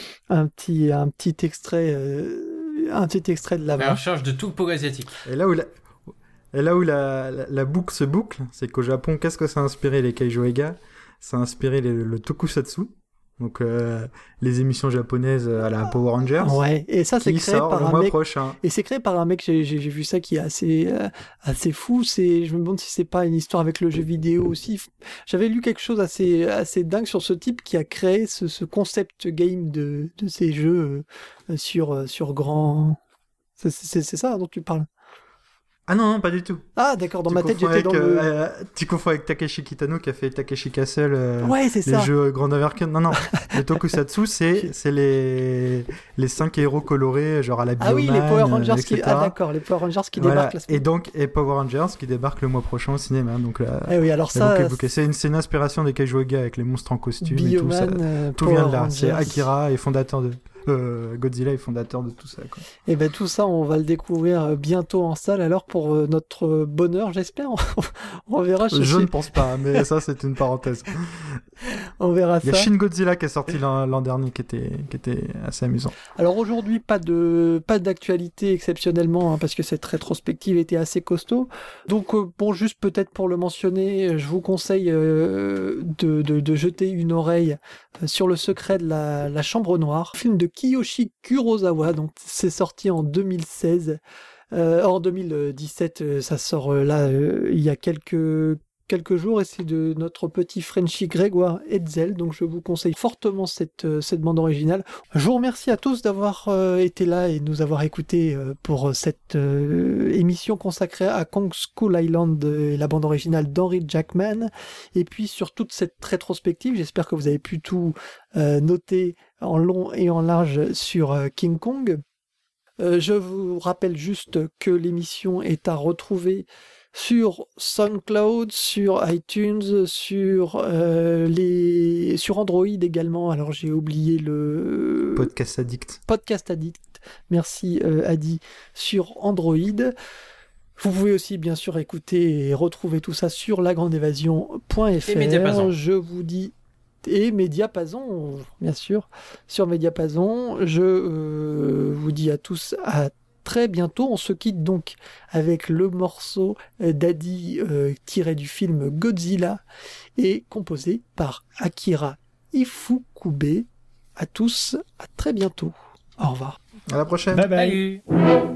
extrait de là-bas. La recherche de tout pour asiatique. Et là où la boucle se boucle, c'est qu'au Japon, qu'est-ce que ça a inspiré les Kaiju Eiga ? Ça a inspiré le tokusatsu, donc les émissions japonaises à la Power Rangers. Ouais, et ça c'est créé par un mec. Prochain. Et c'est créé par un mec, j'ai vu ça qui est assez fou. Je me demande si c'est pas une histoire avec le jeu vidéo aussi. J'avais lu quelque chose assez dingue sur ce type qui a créé ce concept game de ces jeux sur grand. C'est ça dont tu parles. Ah non, pas du tout. Ah d'accord, dans ma tête j'étais dans tu confonds avec Takeshi Kitano qui a fait Takeshi Castle, ouais, c'est les ça. jeux Grand American. Non, le tokusatsu, c'est les 5 héros colorés, genre à la Bioman, ah oui, les Power Rangers etc. Ah d'accord, les Power Rangers qui débarquent la semaine. Et Power Rangers qui débarquent le mois prochain au cinéma. Donc là, oui, alors ça, c'est une inspiration des Kaijouga avec les monstres en costume Bioman, et tout ça. Tout vient de là. C'est Akira et fondateur de... Godzilla est fondateur de tout ça, quoi. Et ben tout ça, on va le découvrir bientôt en salle. Alors pour notre bonheur, j'espère, on verra. Je ne pense pas, mais ça c'est une parenthèse. On verra ça. Il y a Shin Godzilla qui est sorti l'an dernier, qui était assez amusant. Alors aujourd'hui, pas d'actualité exceptionnellement, parce que cette rétrospective était assez costaud. Donc bon, juste peut-être pour le mentionner, je vous conseille de jeter une oreille sur Le secret de la chambre noire, film de Kiyoshi Kurosawa. Donc c'est sorti en 2016. En 2017, ça sort là il y a quelques jours, et c'est de notre petit Frenchie Grégoire Hetzel. Donc je vous conseille fortement cette bande originale. Je vous remercie à tous d'avoir été là et nous avoir écoutés pour cette émission consacrée à Kong Skull Island et la bande originale d'Henry Jackman, et puis sur toute cette rétrospective. J'espère que vous avez pu tout noter en long et en large sur King Kong. Je vous rappelle juste que l'émission est à retrouver sur SoundCloud, sur iTunes, sur Android également. Alors j'ai oublié le Podcast Addict. Merci Adi, sur Android. Vous pouvez aussi bien sûr écouter et retrouver tout ça sur lagrandeévasion.fr. Et Mediapason. Je vous dis et Mediapason, bien sûr, sur Mediapason. Je vous dis à tous à très bientôt. On se quitte donc avec le morceau d'Adi tiré du film Godzilla et composé par Akira Ifukube. À tous, à très bientôt. Au revoir. À la prochaine. Bye bye. Salut.